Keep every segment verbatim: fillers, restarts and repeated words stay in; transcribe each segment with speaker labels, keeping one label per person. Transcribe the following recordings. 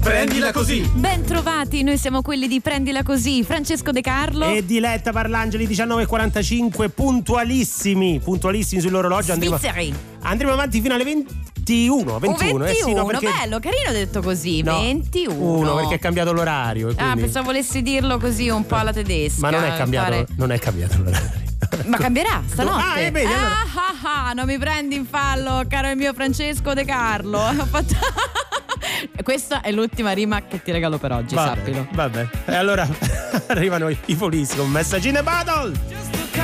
Speaker 1: Prendila così.
Speaker 2: Ben trovati, noi siamo quelli di Prendila così. Francesco De Carlo
Speaker 3: e Diletta Parlangeli, diciannove e quarantacinque, puntualissimi, puntualissimi sull'orologio. Andremo, andremo avanti fino alle ventuno. ventuno,
Speaker 2: ventuno,
Speaker 3: eh sì, no, perché...
Speaker 2: bello, carino detto così.
Speaker 3: No,
Speaker 2: ventuno.
Speaker 3: Uno, perché è cambiato l'orario. Quindi...
Speaker 2: Ah, pensavo volessi dirlo così un po' alla tedesca.
Speaker 3: Ma non è cambiato,
Speaker 2: fare...
Speaker 3: non è cambiato l'orario.
Speaker 2: Ma cambierà stanotte.
Speaker 3: Ah, eh, bene, allora.
Speaker 2: ah, ah, ah, non mi prendi in fallo, caro il mio Francesco De Carlo. Ho fatto... Questa è l'ultima rima che ti regalo per oggi,
Speaker 3: vabbè,
Speaker 2: sappilo.
Speaker 3: Vabbè. E allora arrivano i, i Police con Message in the Bottle.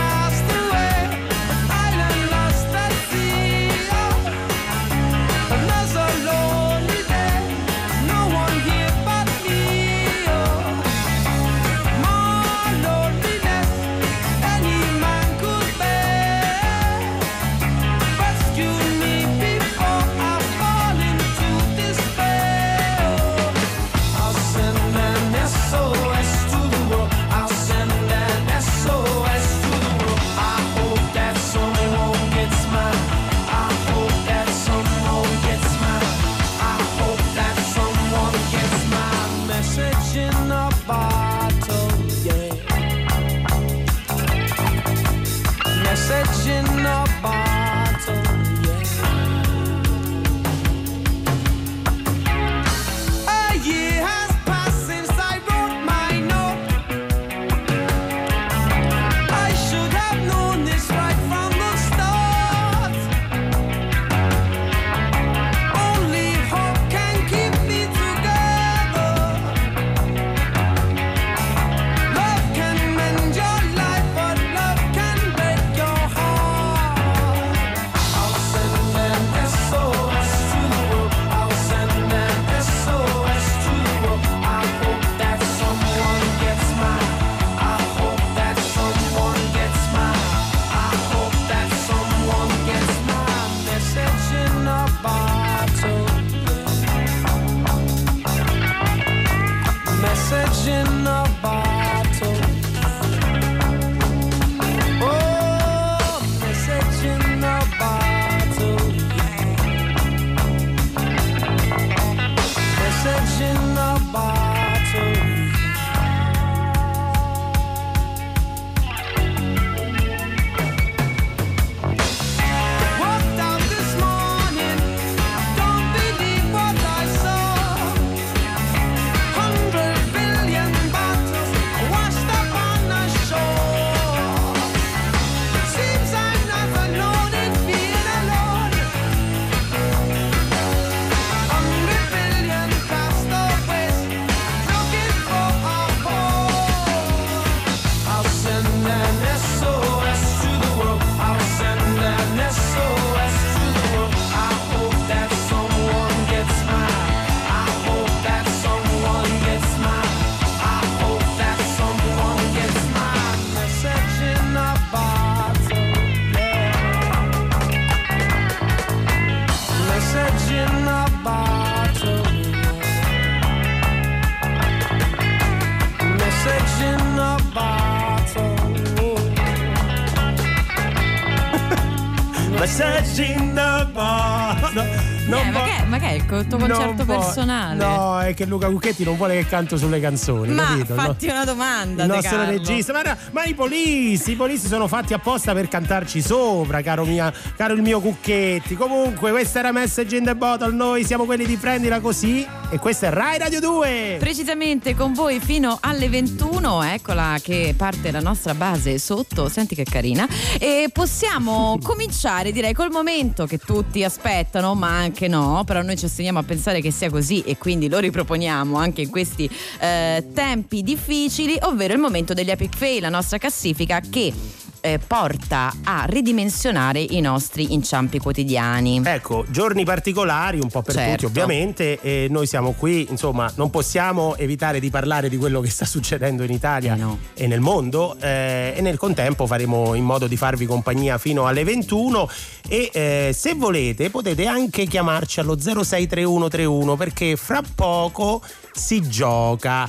Speaker 2: No, eh, ma, che, ma che è il tuo concerto personale?
Speaker 3: No, è che Luca Cucchetti non vuole che canto sulle canzoni.
Speaker 2: Ma
Speaker 3: capito?
Speaker 2: fatti
Speaker 3: no?
Speaker 2: una domanda,
Speaker 3: il nostro
Speaker 2: Carlo.
Speaker 3: regista. Ma, ma i Police, i Police sono fatti apposta per cantarci sopra, caro, mia, caro il mio Cucchetti. Comunque, questa era Message in the Bottle. Noi siamo quelli di Prendila Così e questa è Rai Radio due.
Speaker 2: Precisamente con voi fino alle ventuno. Eccola che parte la nostra base sotto. Senti che carina. E possiamo cominciare, direi, col momento che tutti aspettano, ma anche no, però noi ci osteniamo a pensare che sia così e quindi lo riproponiamo anche in questi eh, tempi difficili, ovvero il momento degli Epic Fail, la nostra classifica che eh, porta a ridimensionare i nostri inciampi quotidiani.
Speaker 3: Ecco, giorni particolari un po' per
Speaker 2: certo.
Speaker 3: tutti ovviamente, e noi siamo qui, insomma, non possiamo evitare di parlare di quello che sta succedendo in Italia
Speaker 2: eh no.
Speaker 3: e nel mondo, eh, e nel contempo faremo in modo di farvi compagnia fino alle ventuno e eh, se volete potete anche chiamarci allo zero sei tre uno tre uno perché fra poco si gioca.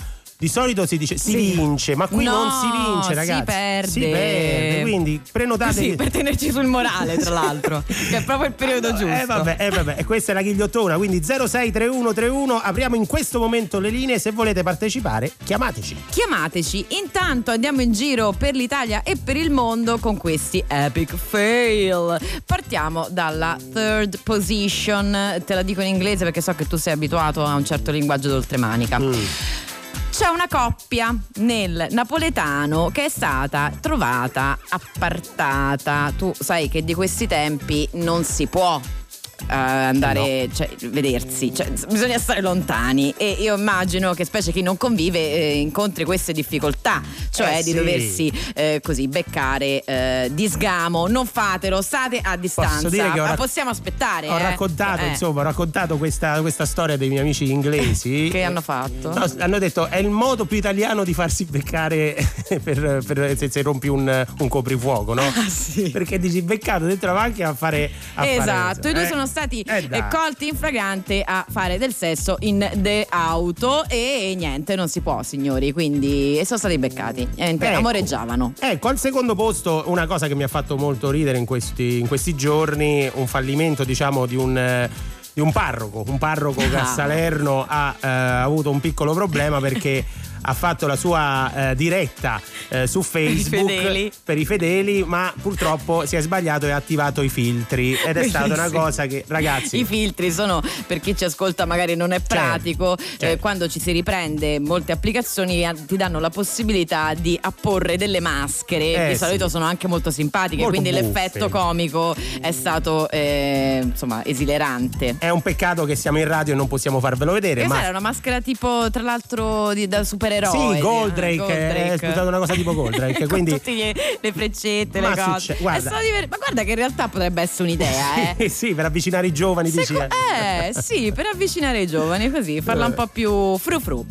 Speaker 3: di solito si dice si
Speaker 2: sì.
Speaker 3: vince, ma qui
Speaker 2: no,
Speaker 3: non si vince, ragazzi.
Speaker 2: Si perde.
Speaker 3: Si perde, quindi prenotate.
Speaker 2: Sì, per tenerci sul morale, tra l'altro, che è proprio il periodo giusto.
Speaker 3: Eh vabbè, eh vabbè, e questa è la ghigliottona, quindi zero sei tre uno tre uno, apriamo in questo momento le linee, se volete partecipare, chiamateci.
Speaker 2: Chiamateci, intanto andiamo in giro per l'Italia e per il mondo con questi epic fail. Partiamo dalla third position, te la dico in inglese perché so che tu sei abituato a un certo linguaggio d'oltremanica. Mm. C'è una coppia nel napoletano che è stata trovata appartata. Tu sai che di questi tempi non si può Uh, andare, no. cioè, vedersi, cioè, bisogna stare lontani, e io immagino che specie chi non convive eh, incontri queste difficoltà, cioè
Speaker 3: eh,
Speaker 2: di
Speaker 3: sì.
Speaker 2: doversi eh, così beccare eh, di sgamo. Non fatelo, state a distanza.
Speaker 3: Posso dire che ho rac-
Speaker 2: possiamo aspettare.
Speaker 3: Ho
Speaker 2: eh?
Speaker 3: raccontato,
Speaker 2: eh.
Speaker 3: insomma, ho raccontato questa, questa storia dei miei amici inglesi.
Speaker 2: Che hanno fatto?
Speaker 3: No, hanno detto è il modo più italiano di farsi beccare per, per se, se rompi un, un coprifuoco, no?
Speaker 2: Ah, sì.
Speaker 3: Perché dici beccato dentro la macchina a fare a
Speaker 2: esatto,
Speaker 3: fare,
Speaker 2: i due
Speaker 3: eh?
Speaker 2: sono stati
Speaker 3: eh,
Speaker 2: colti in flagrante a fare del sesso in de auto e niente, non si può, signori, quindi e sono stati beccati, niente,
Speaker 3: ecco,
Speaker 2: amoreggiavano.
Speaker 3: Ecco, al secondo posto una cosa che mi ha fatto molto ridere in questi, in questi giorni, un fallimento, diciamo, di un di un parroco, un parroco che a Salerno ha eh, avuto un piccolo problema perché ha fatto la sua eh, diretta eh, su Facebook
Speaker 2: per i,
Speaker 3: per i fedeli, ma purtroppo si è sbagliato e ha attivato i filtri ed è stata una cosa che, ragazzi,
Speaker 2: i filtri sono, per chi ci ascolta magari non è pratico, certo, certo. Eh, quando ci si riprende molte applicazioni ti danno la possibilità di apporre delle maschere,
Speaker 3: eh,
Speaker 2: di solito
Speaker 3: sì.
Speaker 2: sono anche molto simpatiche,
Speaker 3: molto
Speaker 2: quindi
Speaker 3: buffe.
Speaker 2: L'effetto comico è stato eh, insomma esilerante.
Speaker 3: È un peccato che siamo in radio e non possiamo farvelo vedere,
Speaker 2: che
Speaker 3: ma
Speaker 2: era una maschera tipo, tra l'altro, di, da supereroe.
Speaker 3: Sì, Goldrake,
Speaker 2: Goldrake.
Speaker 3: è sputato una cosa tipo Goldrake,
Speaker 2: con
Speaker 3: quindi
Speaker 2: tutte le, le freccette,
Speaker 3: ma
Speaker 2: le cose.
Speaker 3: succe- guarda.
Speaker 2: Diver- ma guarda che in realtà potrebbe essere un'idea, eh.
Speaker 3: sì, per avvicinare i giovani, dici.
Speaker 2: Seco- eh, sì, per avvicinare i giovani, così, farla un po' più fru fru.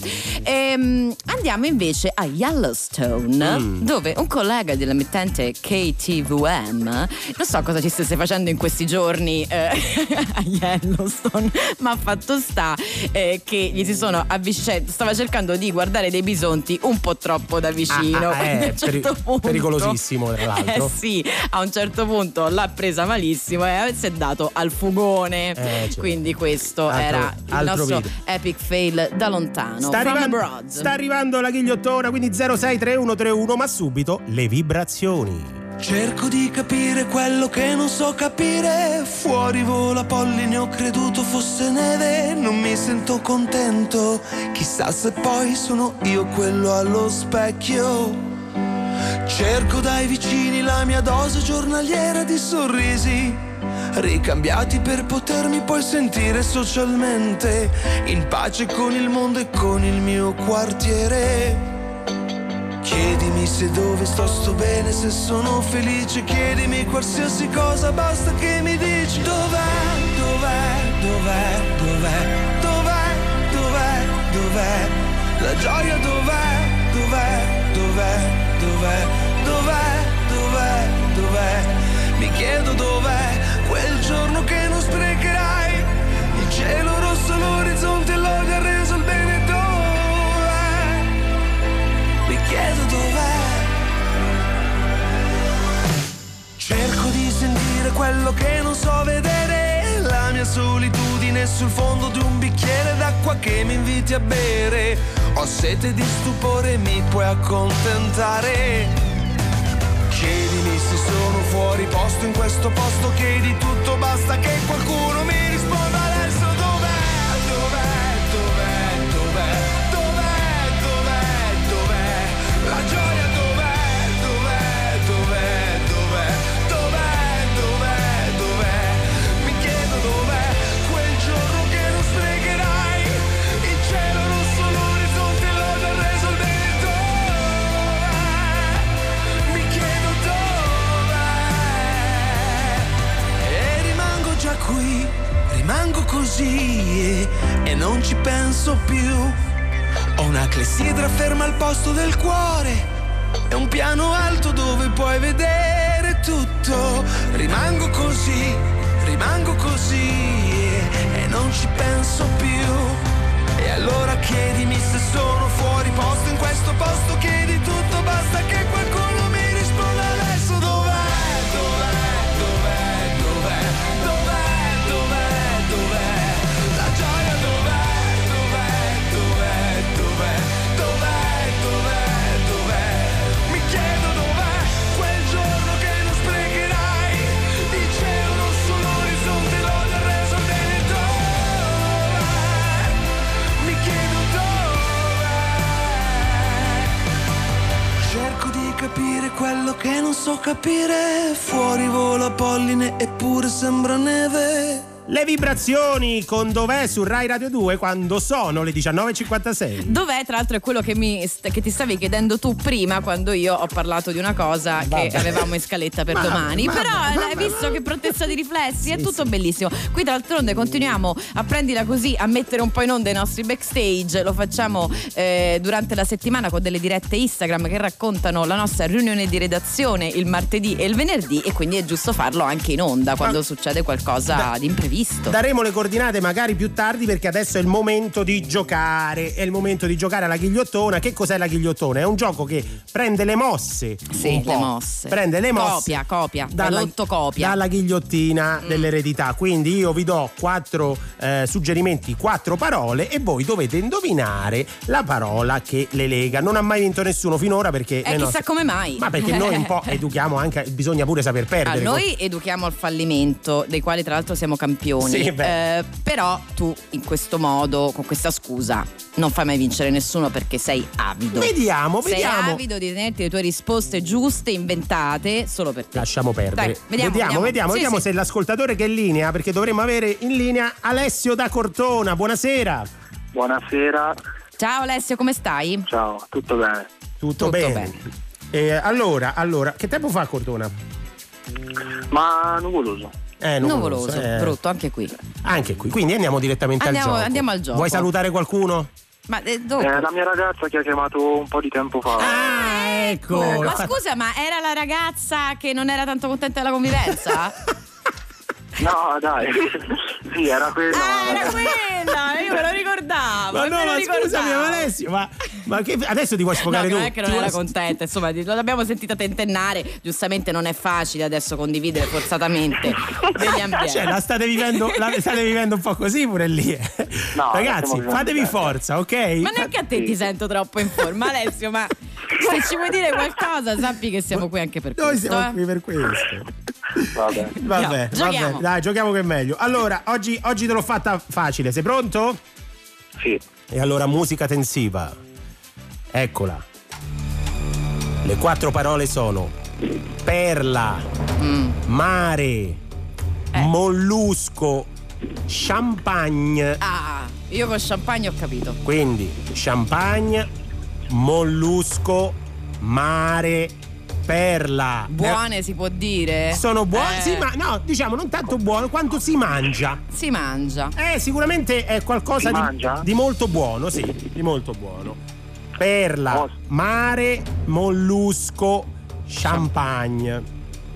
Speaker 2: Ehm, andiamo invece a Yellowstone, mm. dove un collega dell'emittente K T V M, non so cosa ci stesse facendo in questi giorni eh, a Yellowstone, ma fatto sta eh, che gli si sono avvicinati, stava cercando di guardare dei bisonti un po' troppo da vicino.
Speaker 3: Ah, ah, eh,
Speaker 2: a un certo
Speaker 3: peri-
Speaker 2: punto,
Speaker 3: pericolosissimo, tra l'altro.
Speaker 2: Eh sì, a un certo punto l'ha presa malissimo e si è dato al fugone.
Speaker 3: Eh, certo.
Speaker 2: Quindi questo
Speaker 3: altro,
Speaker 2: era il nostro
Speaker 3: video.
Speaker 2: epic fail da lontano.
Speaker 3: Sta arrivando,
Speaker 2: abroad.
Speaker 3: sta arrivando la ghigliottona, quindi zero sei tre uno tre uno, ma subito le vibrazioni.
Speaker 1: Cerco di capire quello che non so capire. Fuori vola polline, ho creduto fosse neve. Non mi sento contento, chissà se poi sono io quello allo specchio. Cerco dai vicini la mia dose giornaliera di sorrisi, ricambiati per potermi poi sentire socialmente in pace con il mondo e con il mio quartiere. Chiedimi se dove sto sto bene, se sono felice, chiedimi qualsiasi cosa, basta che mi dici dov'è, dov'è, dov'è, dov'è, dov'è, dov'è, dov'è, la gioia dov'è, dov'è, dov'è, dov'è, dov'è, dov'è, dov'è, mi chiedo dov'è quel giorno che non sprecherai, il cielo rosso, l'orizzonte, l'odio ha reso il bene. Mi chiedo dov'è. Cerco di sentire quello che non so vedere, la mia solitudine sul fondo di un bicchiere d'acqua che mi inviti a bere. Ho sete di stupore, mi puoi accontentare. Chiedimi se sono fuori posto in questo posto, chiedi tutto, basta che qualcuno mi risponda adesso. Dov'è, dov'è, dov'è, dov'è, dov'è, dov'è, dov'è, la gioia dov'è, dov'è, dov'è, dov'è, dov'è, dov'è, dov'è, mi chiedo dov'è quel giorno che non sprecherai, il cielo rosso, l'orizzonte, l'odio ha reso il bene, dov'è, mi chiedo dov'è, e rimango già qui, rimango così e, e non ci penso più. Ho una clessidra ferma al posto del cuore e un piano alto dove puoi vedere tutto. Rimango così, rimango così e, e non ci penso più. E allora chiedimi se sono fuori posto in questo posto, chiedi tutto, basta che qualcuno mi risponda adesso. Dov'è, dov'è, dov'è, dov'è, dov'è, dov'è, dov'è, la gioia dov'è, dov'è, dov'è, dov'è, dov'è, dov'è, dov'è, mi chiedo dov'è quel giorno che non sprecherai, il cielo non sull'orizzonte, l'odio ha reso bene, dov'è, mi chiedo dov'è, cerco di capire quello che non so capire, fuori vola polline eppure sembra neve.
Speaker 3: Le vibrazioni con Dov'è su Rai Radio due quando sono le diciannove e cinquantasei.
Speaker 2: Dov'è, tra l'altro, è quello che, mi, che ti stavi chiedendo tu prima quando io ho parlato di una cosa
Speaker 3: Vabbè.
Speaker 2: che avevamo in scaletta per
Speaker 3: Mamma,
Speaker 2: domani.
Speaker 3: mamma,
Speaker 2: Però
Speaker 3: mamma,
Speaker 2: hai visto
Speaker 3: mamma.
Speaker 2: che prontezza di riflessi,
Speaker 3: Sì,
Speaker 2: è tutto
Speaker 3: sì.
Speaker 2: bellissimo. Qui d'altronde continuiamo a prendila così, a mettere un po' in onda i nostri backstage. Lo facciamo eh, durante la settimana con delle dirette Instagram che raccontano la nostra riunione di redazione il martedì e il venerdì, e quindi è giusto farlo anche in onda quando
Speaker 3: Ma-
Speaker 2: succede qualcosa
Speaker 3: Da-
Speaker 2: di imprevisto.
Speaker 3: Daremo le coordinate magari più tardi, perché adesso è il momento di giocare. È il momento di giocare alla ghigliottona. Che cos'è la ghigliottona? È un gioco che prende le mosse.
Speaker 2: Sì,
Speaker 3: un po'.
Speaker 2: le mosse.
Speaker 3: Prende le mosse.
Speaker 2: Copia, copia,
Speaker 3: Dalla,
Speaker 2: prodotto copia.
Speaker 3: dalla ghigliottina
Speaker 2: Mm.
Speaker 3: dell'eredità. Quindi io vi do quattro eh, suggerimenti, quattro parole, e voi dovete indovinare la parola che le lega. Non ha mai vinto nessuno finora, perché
Speaker 2: Eh,
Speaker 3: le
Speaker 2: chissà
Speaker 3: nostre-
Speaker 2: come mai.
Speaker 3: Ma perché noi un po' educhiamo anche, bisogna pure saper
Speaker 2: Ah,
Speaker 3: perdere.
Speaker 2: noi educhiamo al fallimento, dei quali tra l'altro siamo campioni.
Speaker 3: Sì, beh.
Speaker 2: Eh, però tu in questo modo, con questa scusa, non fai mai vincere nessuno perché sei avido.
Speaker 3: Vediamo,
Speaker 2: sei
Speaker 3: vediamo.
Speaker 2: avido di tenerti le tue risposte giuste, inventate solo per te.
Speaker 3: Lasciamo perdere.
Speaker 2: Dai, vediamo,
Speaker 3: vediamo,
Speaker 2: vediamo.
Speaker 3: vediamo,
Speaker 2: Sì,
Speaker 3: vediamo
Speaker 2: sì.
Speaker 3: se l'ascoltatore che è in linea, perché dovremmo avere in linea Alessio da Cortona. Buonasera.
Speaker 4: Buonasera,
Speaker 2: Ciao Alessio, come stai?
Speaker 4: ciao, tutto bene?
Speaker 3: Tutto,
Speaker 2: Tutto
Speaker 3: bene.
Speaker 2: bene.
Speaker 3: Eh, allora, allora, che tempo fa a Cortona?
Speaker 4: Ma nuvoloso.
Speaker 3: Eh,
Speaker 2: Nuvoloso,
Speaker 3: eh.
Speaker 2: brutto anche qui.
Speaker 3: Anche qui, quindi andiamo direttamente
Speaker 2: Andiamo-
Speaker 3: al gioco.
Speaker 2: andiamo al gioco.
Speaker 3: Vuoi salutare qualcuno?
Speaker 2: Ma eh, dopo.
Speaker 4: È la mia ragazza che ha chiamato un po' di tempo fa.
Speaker 3: Ah, ecco.
Speaker 2: Ma scusa, ma era la ragazza che non era tanto contenta della convivenza?
Speaker 4: No, dai. Sì, era quella.
Speaker 2: Ah, era quella, io me lo ricordavo.
Speaker 3: Ma
Speaker 2: me
Speaker 3: no,
Speaker 2: lo
Speaker 3: ma
Speaker 2: ricordavo.
Speaker 3: scusami, Alessio, ma, ma che adesso ti vuoi
Speaker 2: No,
Speaker 3: sfogare
Speaker 2: che
Speaker 3: tu?
Speaker 2: non è che non
Speaker 3: Ti
Speaker 2: era
Speaker 3: vuoi-
Speaker 2: contenta, insomma, ti- l'abbiamo sentita tentennare. Giustamente non è facile adesso condividere forzatamente degli ambienti.
Speaker 3: Cioè, la state vivendo, la state vivendo un po' così pure lì. eh.
Speaker 4: No, la
Speaker 3: Ragazzi,
Speaker 4: stiamo vivendo
Speaker 3: fatevi
Speaker 4: bene.
Speaker 3: forza, ok?
Speaker 2: Ma neanche a te ti sento troppo in forma, Alessio, ma se ci vuoi dire qualcosa sappi che siamo qui anche per
Speaker 3: Noi
Speaker 2: questo.
Speaker 3: siamo
Speaker 2: eh.
Speaker 3: qui per questo.
Speaker 4: Vabbè.
Speaker 3: Vabbè,
Speaker 2: Giochiamo.
Speaker 3: vabbè, dai, giochiamo che è meglio. Allora, oggi, oggi te l'ho fatta facile, sei pronto?
Speaker 4: Sì.
Speaker 3: E allora, musica tensiva. Eccola. Le quattro parole sono perla,
Speaker 2: Mm.
Speaker 3: mare,
Speaker 2: Eh.
Speaker 3: mollusco, champagne.
Speaker 2: Ah, io con champagne ho capito.
Speaker 3: Quindi champagne, mollusco, mare, perla.
Speaker 2: Buone si può dire?
Speaker 3: Eh, sono buone,
Speaker 2: Eh,
Speaker 3: sì, ma no, diciamo non tanto buono quanto si mangia.
Speaker 2: si mangia.
Speaker 3: Eh, sicuramente è qualcosa
Speaker 4: Si
Speaker 3: di,
Speaker 4: mangia?
Speaker 3: di molto buono, sì, di molto buono. Perla,
Speaker 4: Oh.
Speaker 3: mare, mollusco, champagne.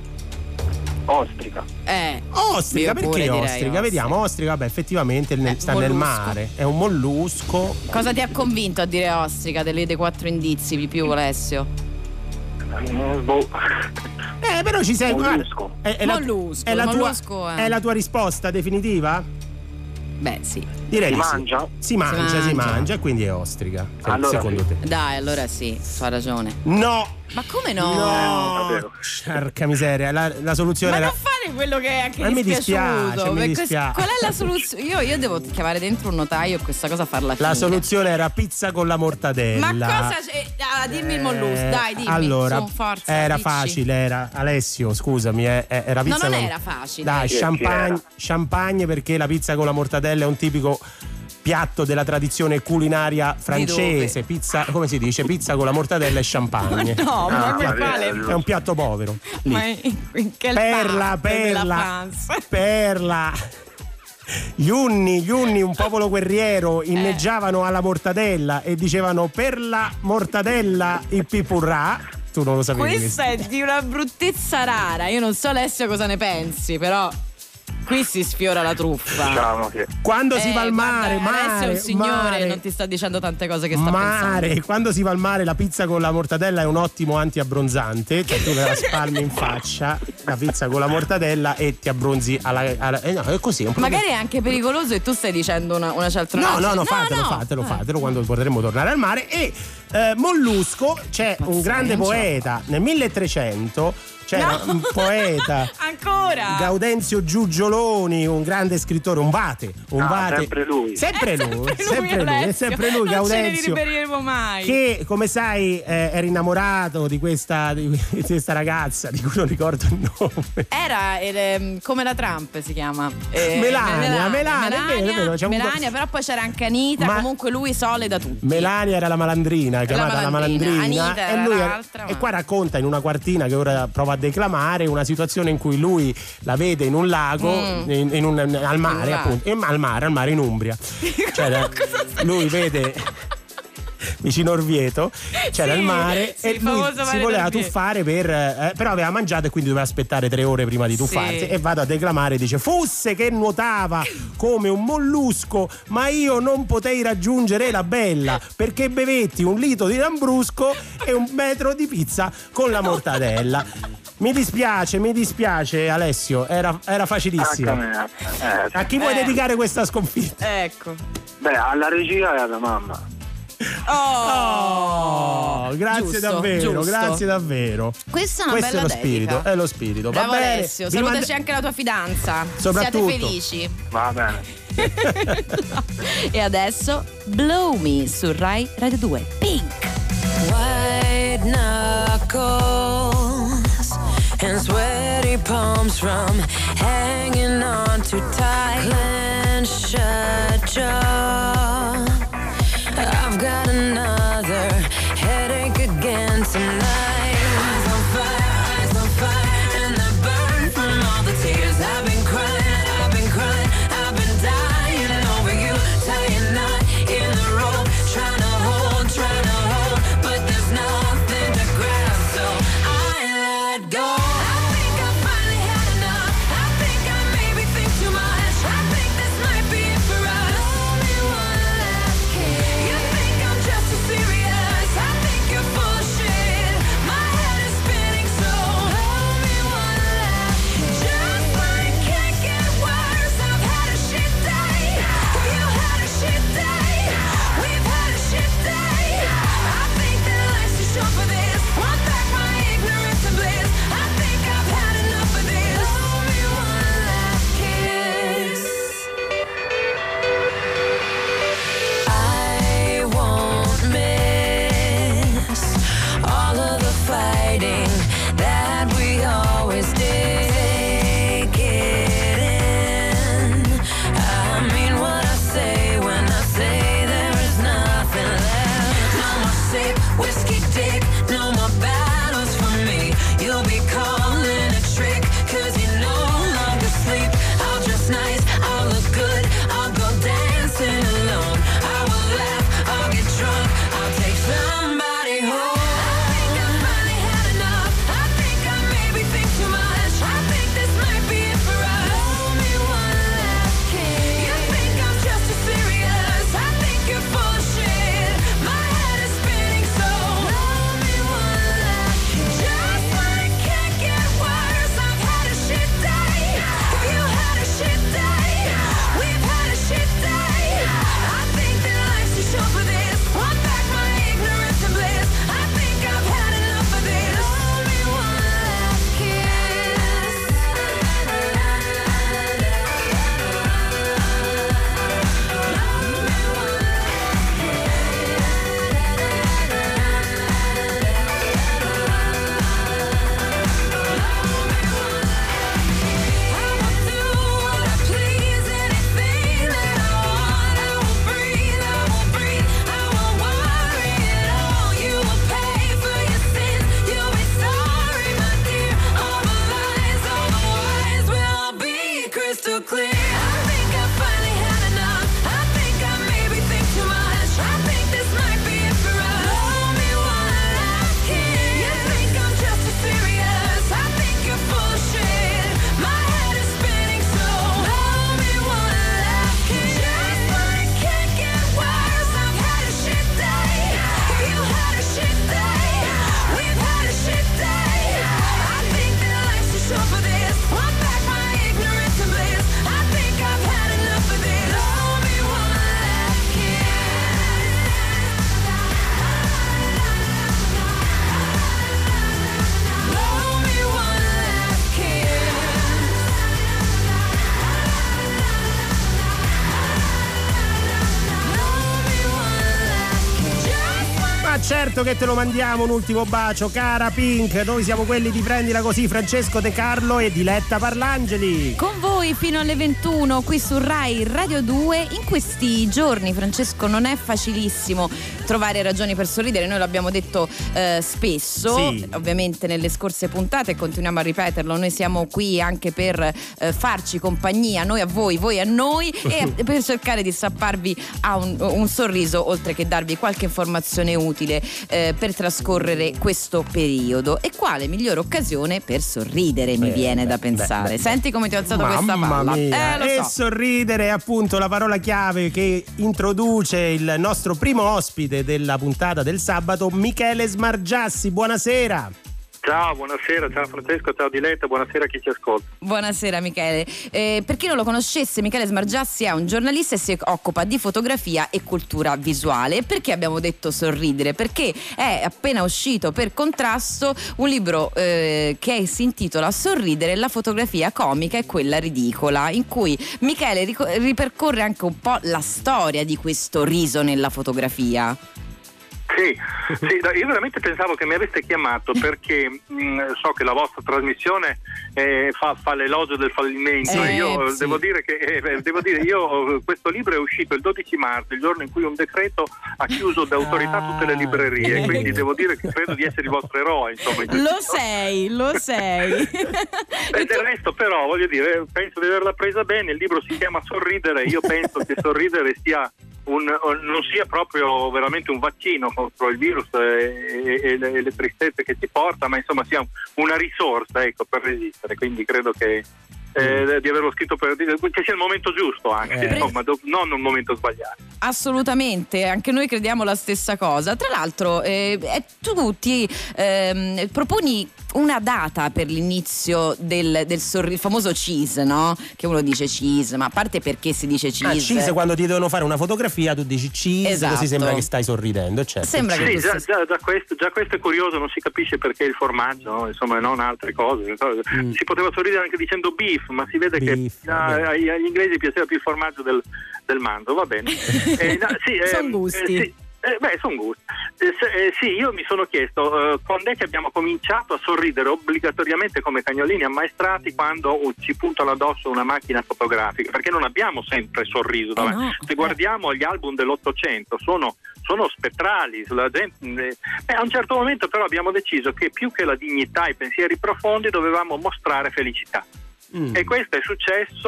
Speaker 4: Ostrica.
Speaker 2: Eh.
Speaker 3: Ostrica,
Speaker 2: Io
Speaker 3: perché
Speaker 2: pure direi
Speaker 3: ostrica?
Speaker 2: ostrica.
Speaker 3: Vediamo, ostrica, vabbè, effettivamente nel-
Speaker 2: Eh,
Speaker 3: sta nel
Speaker 2: mollusco.
Speaker 3: mare, è un mollusco.
Speaker 2: Cosa ti ha convinto a dire ostrica delle, dei quattro indizi di più, Alessio?
Speaker 4: Mm, Boh.
Speaker 3: Eh, però ci sei.
Speaker 4: Mollusco.
Speaker 3: guarda, È, è la,
Speaker 2: Mollusco,
Speaker 3: è la tua,
Speaker 2: mollusco è-
Speaker 3: è la tua risposta definitiva?
Speaker 2: Beh, sì.
Speaker 3: Direi
Speaker 4: Si
Speaker 3: di sì.
Speaker 4: mangia?
Speaker 3: Si mangia, si
Speaker 2: mangia.
Speaker 3: mangia, e quindi è ostrica. se-
Speaker 4: Allora
Speaker 3: secondo
Speaker 4: sì.
Speaker 3: te?
Speaker 2: Dai, allora sì, ha ragione.
Speaker 3: No!
Speaker 2: Ma come no?
Speaker 3: No!
Speaker 4: sapevo.
Speaker 3: Porca miseria, la, la soluzione
Speaker 2: Ma
Speaker 3: era.
Speaker 2: non fare quello che è anche
Speaker 3: Ma mi
Speaker 2: dispiaciuto.
Speaker 3: dispiace, mi
Speaker 2: Perché quest-
Speaker 3: dispiace.
Speaker 2: Qual è la soluzione? Io, io devo chiamare dentro un notaio e questa cosa farla finire.
Speaker 3: La soluzione era pizza con la mortadella.
Speaker 2: Ma cosa c'è? Ah, dimmi il mollusco,
Speaker 3: Eh,
Speaker 2: dai, dimmi.
Speaker 3: Allora,
Speaker 2: Su, forza,
Speaker 3: era
Speaker 2: dici.
Speaker 3: facile, era Alessio, scusami, eh, eh, era pizza
Speaker 2: No, non
Speaker 3: con...
Speaker 2: era facile.
Speaker 3: Dai,
Speaker 4: Che-
Speaker 3: champagne,
Speaker 4: che
Speaker 3: champagne, perché la pizza con la mortadella è un tipico piatto della tradizione culinaria francese. Pizza, come si dice? Pizza con la mortadella e champagne.
Speaker 2: No, ma
Speaker 4: Ah,
Speaker 2: che
Speaker 4: vabbè,
Speaker 2: quale?
Speaker 3: È un piatto povero. Lì.
Speaker 2: Ma in, in che
Speaker 3: Perla,
Speaker 2: parte della
Speaker 3: perla,
Speaker 2: France?
Speaker 3: perla. Gli Unni, gli Unni, un popolo guerriero, inneggiavano alla mortadella e dicevano per la mortadella il pipurrà. Tu non lo sapevi.
Speaker 2: Questa è di una bruttezza rara. Io non so Alessio cosa ne pensi, però qui si sfiora la truffa.
Speaker 4: Diciamo che
Speaker 3: Quando si
Speaker 2: Eh,
Speaker 3: va al mare,
Speaker 2: guarda,
Speaker 3: mare,
Speaker 2: adesso è un signore,
Speaker 3: mare,
Speaker 2: non ti sta dicendo tante cose che sta
Speaker 3: mare.
Speaker 2: pensando.
Speaker 3: Quando si va al mare, la pizza con la mortadella è un ottimo antiabbronzante, cioè tu la spalmi in faccia, la pizza con la mortadella e ti abbronzi alla, alla eh no, è così, è un po'
Speaker 2: Magari è anche pericoloso e tu stai dicendo una, una certa
Speaker 3: No, no, no, fatelo,
Speaker 2: no.
Speaker 3: fatelo,
Speaker 2: Eh.
Speaker 3: fatelo quando potremo tornare al mare. E eh, Mollusco, c'è un grande poeta nel milletrecento, c'era
Speaker 2: No.
Speaker 3: un poeta
Speaker 2: Ancora?
Speaker 3: Gaudenzio Giugioloni, un grande scrittore, un vate, un
Speaker 4: Ah,
Speaker 3: vate.
Speaker 4: sempre lui.
Speaker 3: Sempre
Speaker 2: È
Speaker 3: lui,
Speaker 2: sempre lui,
Speaker 3: sempre lui, è
Speaker 2: Alessio.
Speaker 3: sempre lui,
Speaker 2: Non ce ne
Speaker 3: Gaudenzio.
Speaker 2: libereremo mai.
Speaker 3: Che, come sai, eh, era innamorato di questa, di questa ragazza di cui non ricordo il nome.
Speaker 2: Era eh, come la Trump si chiama eh,
Speaker 3: Melania, Melania, è vero, è vero, c'è avuto-
Speaker 2: Melania, però poi c'era anche Anita.
Speaker 3: Ma-
Speaker 2: comunque lui sole da tutti.
Speaker 3: Melania era la malandrina, chiamata la
Speaker 2: malandrina.
Speaker 3: malandrina,
Speaker 2: Anita
Speaker 3: e,
Speaker 2: era
Speaker 3: lui
Speaker 2: l'altra,
Speaker 3: e
Speaker 2: ma-
Speaker 3: qua racconta in una quartina che ora prova a declamare una situazione in cui lui la vede in un lago,
Speaker 2: Mm.
Speaker 3: in, in un, al mare,
Speaker 2: mare.
Speaker 3: appunto, in- al mare, al mare in Umbria. Cioè, da- lui vede vicino Orvieto, c'era
Speaker 2: Sì,
Speaker 3: il mare
Speaker 2: sì,
Speaker 3: e
Speaker 2: il
Speaker 3: lui
Speaker 2: famoso
Speaker 3: si
Speaker 2: mare
Speaker 3: voleva
Speaker 2: d'Orvieto.
Speaker 3: tuffare per eh, però aveva mangiato e quindi doveva aspettare tre ore prima di tuffarsi.
Speaker 2: Sì.
Speaker 3: E vado a declamare, dice: fosse che nuotava come un mollusco, ma io non potei raggiungere la bella, perché bevetti un litro di lambrusco e un metro di pizza con la mortadella. Mi dispiace, mi dispiace Alessio, era, era
Speaker 4: Anche a
Speaker 3: facilissimo.
Speaker 4: me. Eh,
Speaker 3: A chi vuoi
Speaker 2: Eh.
Speaker 3: dedicare questa sconfitta?
Speaker 2: Ecco.
Speaker 4: beh, alla regia e alla mamma.
Speaker 2: Oh,
Speaker 3: Oh, grazie
Speaker 2: giusto,
Speaker 3: davvero,
Speaker 2: giusto.
Speaker 3: grazie davvero.
Speaker 2: Questa è una
Speaker 3: Questo è
Speaker 2: bella
Speaker 3: lo
Speaker 2: dedica.
Speaker 3: spirito, è lo spirito.
Speaker 2: Bravo
Speaker 3: Va bene.
Speaker 2: Alessio,
Speaker 3: Vi
Speaker 2: salutaci
Speaker 3: manda-
Speaker 2: anche la tua fidanza.
Speaker 3: Soprattutto.
Speaker 2: Siate felici.
Speaker 4: Va bene.
Speaker 2: E adesso Blow Me su Rai Radio due. Pink.
Speaker 5: White knuckles and sweaty palms from hanging on too tight. Clenched shut jaw. I've got another headache again tonight. Eyes on fire, eyes on fire, and the burn from all the tears I've been crying, I've been crying, I've been dying over you, tying knot in the rope, trying to hold, trying to hold, but there's nothing to grab, so I let go. I think I finally had enough. I think I maybe think too much. I think this might be it for us.
Speaker 3: certo che te lo mandiamo un ultimo bacio, cara Pink. Noi siamo quelli di Prendila Così, Francesco De Carlo e Diletta Parlangeli.
Speaker 2: Con voi fino alle ventuno qui su Rai Radio due. In questi giorni, Francesco, non è facilissimo trovare ragioni per sorridere, noi l'abbiamo detto eh, spesso,
Speaker 3: sì.
Speaker 2: Ovviamente nelle scorse puntate, e continuiamo a ripeterlo, noi siamo qui anche per eh, farci compagnia, noi a voi, voi a noi, e per cercare di strapparvi a un, un sorriso, oltre che darvi qualche informazione utile eh, per trascorrere questo periodo. E quale migliore occasione per sorridere, mi
Speaker 3: Beh,
Speaker 2: viene
Speaker 3: beh,
Speaker 2: da pensare.
Speaker 3: beh, beh.
Speaker 2: Senti come ti ho alzato
Speaker 3: Mamma
Speaker 2: questa palla.
Speaker 3: mia.
Speaker 2: Eh, lo
Speaker 3: e
Speaker 2: so.
Speaker 3: sorridere è appunto la parola chiave che introduce il nostro primo ospite della puntata del sabato, Michele Smargiassi. Buonasera.
Speaker 4: Ciao, buonasera, ciao Francesco, ciao Diletta, buonasera a chi ci ascolta.
Speaker 2: Buonasera Michele. Eh, per chi non lo conoscesse, Michele Smargiassi è un giornalista e si occupa di fotografia e cultura visuale. Perché abbiamo detto sorridere? Perché è appena uscito per Contrasto un libro eh, che si intitola Sorridere, la fotografia comica e quella ridicola, in cui Michele rico- ripercorre anche un po' la storia di questo riso nella fotografia.
Speaker 4: Sì, sì, io veramente pensavo che mi aveste chiamato perché mh, so che la vostra trasmissione eh, fa, fa l'elogio del fallimento.
Speaker 2: Eh,
Speaker 4: io
Speaker 2: sì.
Speaker 4: devo dire che eh, devo dire io questo libro è uscito il dodici marzo, il giorno in cui un decreto ha chiuso d'autorità tutte le librerie,
Speaker 2: Ah,
Speaker 4: quindi devo dire che credo di essere il vostro eroe, insomma.
Speaker 2: Lo sei, lo sei.
Speaker 4: E del resto però voglio dire, penso di averla presa bene, il libro si chiama Sorridere, io penso che sorridere sia un, non sia proprio veramente un vaccino contro il virus e, e, e, le, e le tristezze che ci porta, ma insomma sia una risorsa, ecco, per resistere, quindi credo che eh, di averlo scritto per che sia il momento giusto anche,
Speaker 3: Eh.
Speaker 4: insomma, do, non un momento sbagliato.
Speaker 2: Assolutamente, anche noi crediamo la stessa cosa. Tra l'altro eh, tu ti ehm, proponi una data per l'inizio del, del sorri- il famoso cheese, no? Che uno dice cheese, ma a parte perché si dice cheese.
Speaker 3: Ah, cheese, quando ti devono fare una fotografia tu dici cheese,
Speaker 2: Esatto.
Speaker 3: così sembra che stai sorridendo, certo.
Speaker 2: Sembra che
Speaker 4: Sì,
Speaker 2: tu
Speaker 4: già,
Speaker 2: sia-
Speaker 4: già, già, questo, già questo è curioso, non si capisce perché il formaggio, no? Insomma, non altre cose.
Speaker 3: Mm.
Speaker 4: Si poteva sorridere anche dicendo beef, ma si vede
Speaker 3: Beef,
Speaker 4: che ah,
Speaker 3: vabbè.
Speaker 4: agli, agli inglesi piaceva più il formaggio del, del manzo, va bene. Eh, no, sì, eh,
Speaker 2: Son gusti.
Speaker 4: eh, sì. Eh, beh, sono gusti. Eh, se- eh, sì, io mi sono chiesto eh, quando è che abbiamo cominciato a sorridere obbligatoriamente come cagnolini ammaestrati quando uh, ci puntano addosso una macchina fotografica, perché non abbiamo sempre sorriso.
Speaker 2: Eh
Speaker 4: davanti.
Speaker 2: no.
Speaker 4: Se guardiamo gli album dell'Ottocento sono, sono spettrali. La gente, eh, a un certo momento però abbiamo deciso che più che la dignità e i pensieri profondi dovevamo mostrare felicità.
Speaker 3: Mm.
Speaker 4: E questo è successo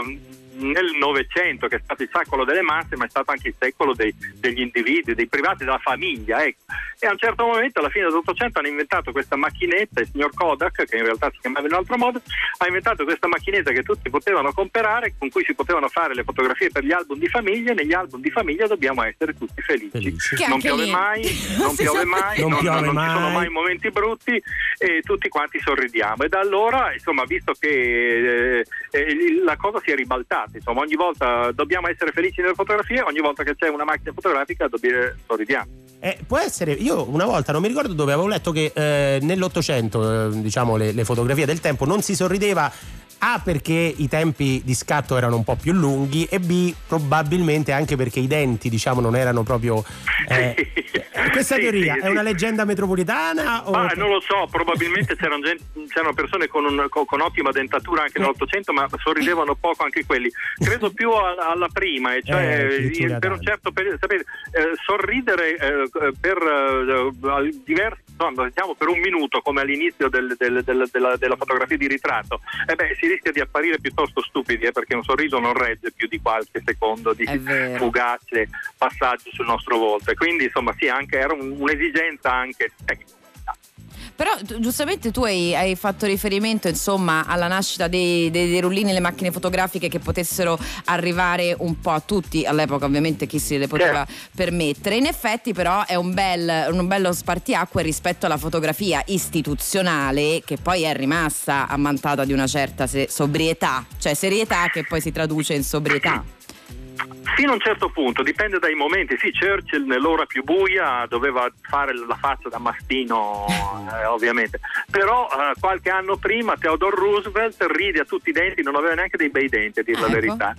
Speaker 4: nel Novecento, che è stato il secolo delle masse, ma è stato anche il secolo dei, degli individui, dei privati, della famiglia, ecco. E a un certo momento, alla fine dell'Ottocento, hanno inventato questa macchinetta, il signor Kodak, che in realtà si chiamava in un altro modo, ha inventato questa macchinetta che tutti potevano comprare, con cui si potevano fare le fotografie per gli album di famiglia, e negli album di famiglia dobbiamo essere tutti felici.
Speaker 3: Felici.
Speaker 2: Che
Speaker 4: Non
Speaker 2: anche
Speaker 4: piove
Speaker 2: lì-
Speaker 4: mai, non
Speaker 2: Sì,
Speaker 4: piove
Speaker 2: sì.
Speaker 4: mai,
Speaker 3: Non
Speaker 4: non,
Speaker 3: piove
Speaker 4: non
Speaker 3: mai.
Speaker 4: ci sono mai momenti brutti e tutti quanti sorridiamo. E da allora, insomma, visto che eh, eh, la cosa si è ribaltata, insomma, ogni volta dobbiamo essere felici nelle fotografie, ogni volta che c'è una macchina fotografica dobbiamo sorridiamo.
Speaker 3: Eh, può essere, io una volta non mi ricordo dove avevo letto che eh, nell'Ottocento, eh, diciamo le, le fotografie del tempo, non si sorrideva. A, perché i tempi di scatto erano un po' più lunghi, e B, probabilmente anche perché i denti, diciamo, non erano proprio eh, questa
Speaker 4: Sì,
Speaker 3: teoria
Speaker 4: sì,
Speaker 3: è
Speaker 4: sì.
Speaker 3: una leggenda metropolitana o...
Speaker 4: Ma non lo so, probabilmente c'erano, gente, c'erano persone con, un, con, con ottima dentatura anche nell'Ottocento, ma sorridevano poco anche quelli. Credo più alla, alla prima, e cioè
Speaker 3: Eh, addirittura
Speaker 4: eh, per un
Speaker 3: tanto.
Speaker 4: certo periodo, sapete, eh, sorridere eh, per eh, diversi, insomma, diciamo per un minuto, come all'inizio del, del, del, della, della fotografia di ritratto, eh beh, si rischia di apparire piuttosto stupidi, eh, perché un sorriso non regge più di qualche secondo di
Speaker 2: È vero.
Speaker 4: fugace passaggio sul nostro volto, e quindi insomma sì, anche era un, un'esigenza anche tecnica.
Speaker 2: Però tu- giustamente tu hai, hai fatto riferimento, insomma, alla nascita dei, dei, dei rullini e le macchine fotografiche che potessero arrivare un po' a tutti, all'epoca ovviamente chi se le poteva permettere. In effetti però è un, bel, un bello spartiacque rispetto alla fotografia istituzionale, che poi è rimasta ammantata di una certa se- sobrietà, cioè serietà che poi si traduce in sobrietà.
Speaker 4: Fino a un certo punto, dipende dai momenti. Sì, Churchill nell'ora più buia doveva fare la faccia da mastino, eh, ovviamente. Però eh, qualche anno prima Theodore Roosevelt ride a tutti i denti, non aveva neanche dei bei denti, a dire la
Speaker 2: Ecco.
Speaker 4: verità.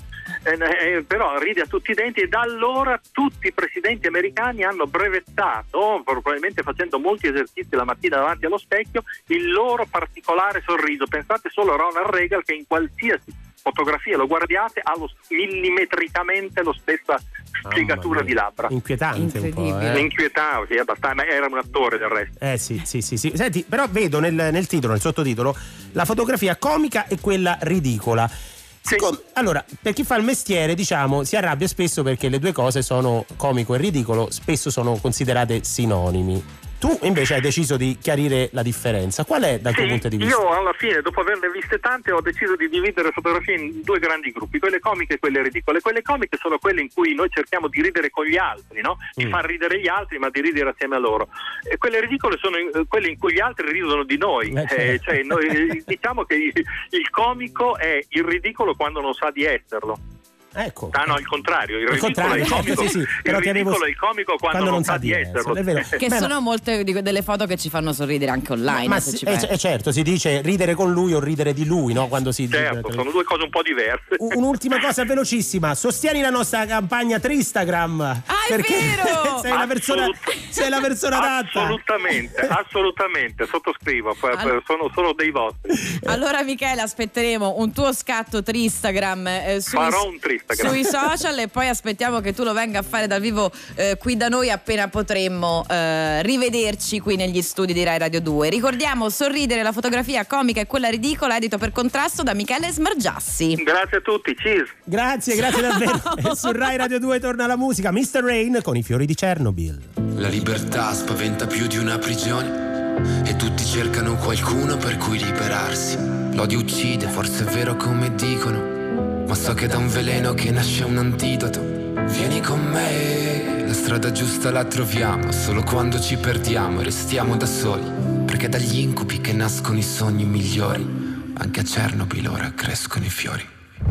Speaker 4: eh, però ride a tutti i denti, e da allora tutti i presidenti americani hanno brevettato, probabilmente facendo molti esercizi la mattina davanti allo specchio, il loro particolare sorriso. Pensate solo a Ronald Reagan, che in qualsiasi fotografia lo guardiate ha lo, millimetricamente lo stessa spiegatura di labbra.
Speaker 3: Inquietante un po', eh.
Speaker 4: Inquietante, abbastanza, era un attore del resto.
Speaker 3: Eh sì, sì, sì, sì. Senti, però vedo nel, nel titolo, nel sottotitolo, la fotografia comica e quella ridicola.
Speaker 4: Sì.
Speaker 3: Siccome, allora, per chi fa il mestiere, diciamo, si arrabbia spesso perché le due cose sono, comico e ridicolo, spesso sono considerate sinonimi. Tu invece hai deciso di chiarire la differenza. Qual è dal
Speaker 4: sì,
Speaker 3: tuo punto di vista?
Speaker 4: Io alla fine, dopo averne viste tante, ho deciso di dividere le fotografie in due grandi gruppi, quelle comiche e quelle ridicole. Quelle comiche sono quelle in cui noi cerchiamo di ridere con gli altri, no? Di mm. far ridere gli altri, ma di ridere assieme a loro. E quelle ridicole sono in, quelle in cui gli altri ridono di noi. Eh, certo. eh, cioè, noi diciamo che il, il comico è il ridicolo quando non sa di esserlo.
Speaker 3: Ecco.
Speaker 4: Ah no, il contrario, il, il ridicolo
Speaker 3: contrario,
Speaker 4: è il comico,
Speaker 3: certo, sì, sì, però
Speaker 4: il ridicolo
Speaker 3: avevo...
Speaker 4: è il comico quando,
Speaker 3: quando
Speaker 4: non sa di esserlo.
Speaker 3: È vero.
Speaker 2: Che
Speaker 3: Beh,
Speaker 2: sono
Speaker 3: ma...
Speaker 2: molte di delle foto che ci fanno sorridere anche online.
Speaker 3: Ma
Speaker 2: se
Speaker 3: sì,
Speaker 2: ci
Speaker 3: eh, eh, certo, si dice ridere con lui o ridere di lui, no? Quando si
Speaker 4: certo,
Speaker 3: dice...
Speaker 4: sono due cose un po' diverse.
Speaker 3: Un'ultima cosa velocissima, sostieni la nostra campagna Tristagram.
Speaker 2: Ah, è
Speaker 3: perché
Speaker 2: vero!
Speaker 3: sei la persona, sei la persona adatta.
Speaker 4: Assolutamente, assolutamente, sottoscrivo,
Speaker 2: All...
Speaker 4: sono, sono dei vostri.
Speaker 2: Allora Michele, aspetteremo un tuo scatto Tristagram eh, sui,
Speaker 4: Farò un Tristagram
Speaker 2: sui social, e poi aspettiamo che tu lo venga a fare dal vivo eh, qui da noi appena potremmo eh, rivederci qui negli studi di Rai Radio due. Ricordiamo Sorridere, la fotografia comica e quella ridicola, edito per Contrasto da Michele Smargiassi.
Speaker 4: Grazie a tutti, cheers.
Speaker 3: Grazie, grazie davvero. E su Rai Radio due torna la musica, mister Rain con I fiori di Chernobyl.
Speaker 6: La libertà spaventa più di una prigione e tutti cercano qualcuno per cui liberarsi. L'odio uccide, forse è vero come dicono, ma so che da un veleno che nasce un antidoto. Vieni con me, la strada giusta la troviamo solo quando ci perdiamo e restiamo da soli, perché dagli incubi che nascono i sogni migliori, anche a Chernobyl ora crescono i fiori.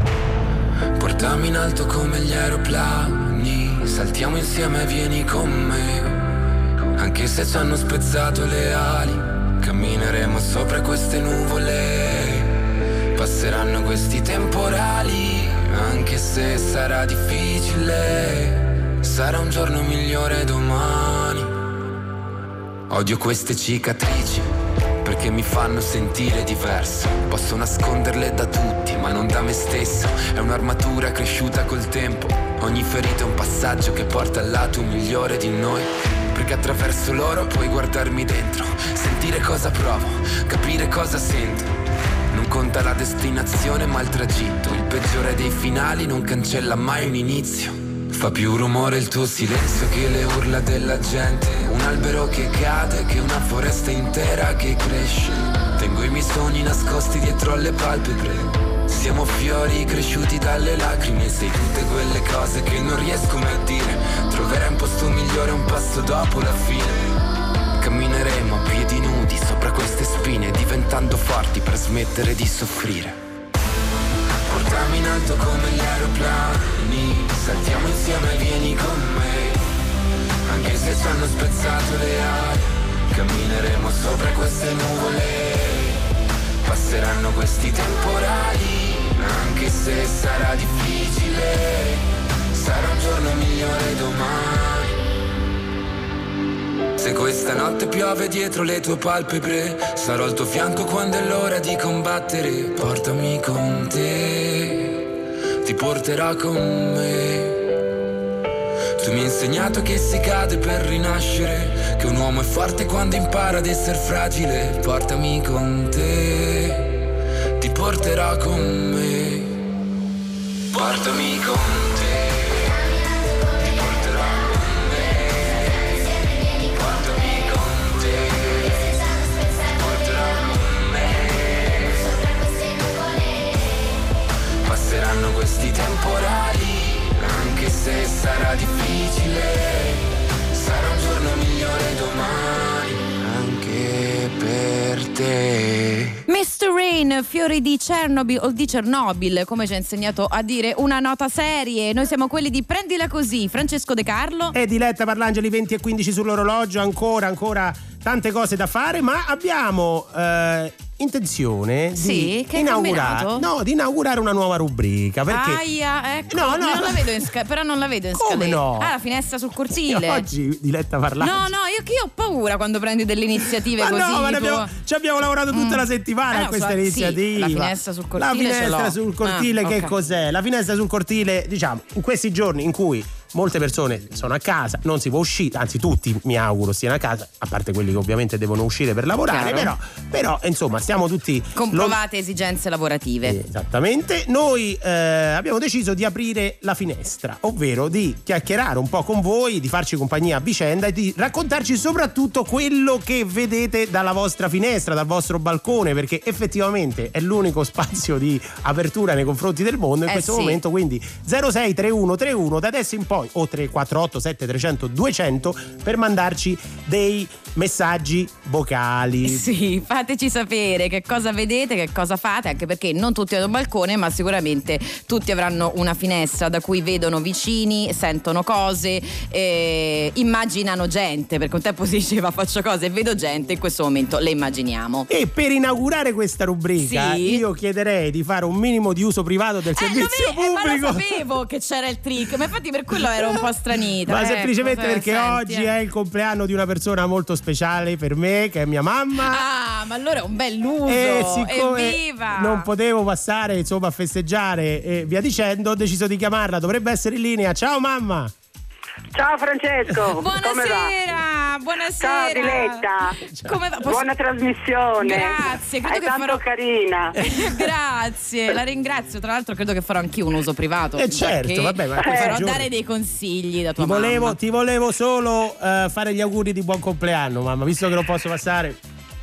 Speaker 6: Portami in alto come gli aeroplani, saltiamo insieme, vieni con me, anche se ci hanno spezzato le ali, cammineremo sopra queste nuvole. Passeranno questi temporali, anche se sarà difficile, sarà un giorno migliore domani. Odio queste cicatrici, perché mi fanno sentire diverso. Posso nasconderle da tutti, ma non da me stesso. È un'armatura cresciuta col tempo. Ogni ferita è un passaggio che porta al lato migliore di noi, perché attraverso loro puoi guardarmi dentro, sentire cosa provo, capire cosa sento. Non conta la destinazione ma il tragitto, il peggiore dei finali non cancella mai un inizio. Fa più rumore il tuo silenzio che le urla della gente, un albero che cade che una foresta intera che cresce. Tengo i miei sogni nascosti dietro alle palpebre, siamo fiori cresciuti dalle lacrime. Sei tutte quelle cose che non riesco mai a dire, troverai un posto migliore un passo dopo la fine. Cammineremo a piedi nudi sopra queste spine, diventando forti per smettere di soffrire. Portami in alto come gli aeroplani, saltiamo insieme, vieni con me, anche se ci hanno spezzato le ali, cammineremo sopra queste nuvole. Passeranno questi temporali, anche se sarà difficile, sarà un giorno migliore domani. Se questa notte piove dietro le tue palpebre, sarò al tuo fianco quando è l'ora di combattere. Portami con te, ti porterò con me. Tu mi hai insegnato che si cade per rinascere, che un uomo è forte quando impara ad essere fragile. Portami con te, ti porterò con me. Portami con te. Passeranno questi temporali, anche se sarà difficile, sarà un giorno migliore domani, anche per te.
Speaker 2: mister Rain, fiori di Chernobyl o di Chernobyl, come ci ha insegnato a dire una nota serie. Noi siamo quelli di Prendila Così, Francesco De Carlo
Speaker 3: e Diletta Parlangeli. Venti e quindici sull'orologio, ancora ancora tante cose da fare, ma abbiamo eh, intenzione di
Speaker 2: Sì, che hai
Speaker 3: inaugurare
Speaker 2: combinato?
Speaker 3: no, di inaugurare una nuova rubrica, perché
Speaker 2: Aia, ecco.
Speaker 3: No, no.
Speaker 2: Non la vedo in sca- però non la vedo in
Speaker 3: Come
Speaker 2: scaletta.
Speaker 3: no?
Speaker 2: Ah, la finestra sul cortile.
Speaker 3: oggi Diletta Parlare.
Speaker 2: No, no, io, che io ho paura quando prendi delle iniziative
Speaker 3: Ma
Speaker 2: così.
Speaker 3: no, ma ne
Speaker 2: tipo-
Speaker 3: abbiamo, ci abbiamo lavorato tutta
Speaker 2: Mm.
Speaker 3: la settimana
Speaker 2: Eh,
Speaker 3: a
Speaker 2: no,
Speaker 3: questa
Speaker 2: so- sì,
Speaker 3: iniziativa.
Speaker 2: la finestra sul cortile
Speaker 3: La finestra
Speaker 2: ce l'ho.
Speaker 3: sul cortile,
Speaker 2: Ah,
Speaker 3: che
Speaker 2: ok.
Speaker 3: cos'è? La finestra sul cortile, diciamo, in questi giorni in cui molte persone sono a casa, non si può uscire, anzi tutti mi auguro stiano a casa, a parte quelli che ovviamente devono uscire per lavorare,
Speaker 2: Chiaro.
Speaker 3: però, però insomma stiamo tutti
Speaker 2: Comprovate esigenze lavorative.
Speaker 3: Esattamente, noi eh, abbiamo deciso di aprire la finestra, ovvero di chiacchierare un po' con voi, di farci compagnia a vicenda e di raccontarci soprattutto quello che vedete dalla vostra finestra, dal vostro balcone, perché effettivamente è l'unico spazio di apertura nei confronti del mondo in
Speaker 2: Eh,
Speaker 3: questo
Speaker 2: sì.
Speaker 3: momento, quindi zero sei tre uno tre uno da adesso in poi o tre quattro otto sette tre zero zero due zero zero per mandarci dei messaggi vocali.
Speaker 2: Sì, fateci sapere che cosa vedete, che cosa fate, anche perché non tutti hanno un balcone, ma sicuramente tutti avranno una finestra da cui vedono vicini, sentono cose, eh, immaginano gente, perché un tempo si diceva faccio cose e vedo gente, in questo momento le immaginiamo.
Speaker 3: E per inaugurare questa rubrica
Speaker 2: Sì.
Speaker 3: io chiederei di fare un minimo di uso privato del
Speaker 2: Eh, lo
Speaker 3: servizio
Speaker 2: vedi? Eh, ma
Speaker 3: pubblico.
Speaker 2: lo sapevo che c'era il trick, ma infatti per quello ero un po' stranita.
Speaker 3: Ma
Speaker 2: ecco,
Speaker 3: semplicemente
Speaker 2: se-
Speaker 3: perché
Speaker 2: senti,
Speaker 3: oggi
Speaker 2: eh.
Speaker 3: è il compleanno di una persona molto speciale per me, che è mia mamma.
Speaker 2: Ah, ma allora è un bel uso.
Speaker 3: E siccome
Speaker 2: Evviva!
Speaker 3: non potevo passare insomma a festeggiare e via dicendo, ho deciso di chiamarla, dovrebbe essere in linea. Ciao mamma!
Speaker 7: Ciao Francesco, come va?
Speaker 2: Buonasera, buonasera.
Speaker 7: Ciao Diletta,
Speaker 2: Come va? Posso-
Speaker 7: buona trasmissione.
Speaker 2: Grazie, credo
Speaker 7: È
Speaker 2: che
Speaker 7: tanto
Speaker 2: farò-
Speaker 7: carina.
Speaker 2: Grazie, la ringrazio. Tra l'altro credo che farò anch'io un uso privato.
Speaker 3: Eh, certo,
Speaker 2: perché
Speaker 3: vabbè, ma
Speaker 2: ti
Speaker 3: questi
Speaker 2: farò
Speaker 3: giorni-
Speaker 2: dare dei consigli da tua
Speaker 3: Ti volevo,
Speaker 2: mamma.
Speaker 3: ti volevo solo eh, fare gli auguri di buon compleanno, mamma, visto che non posso passare.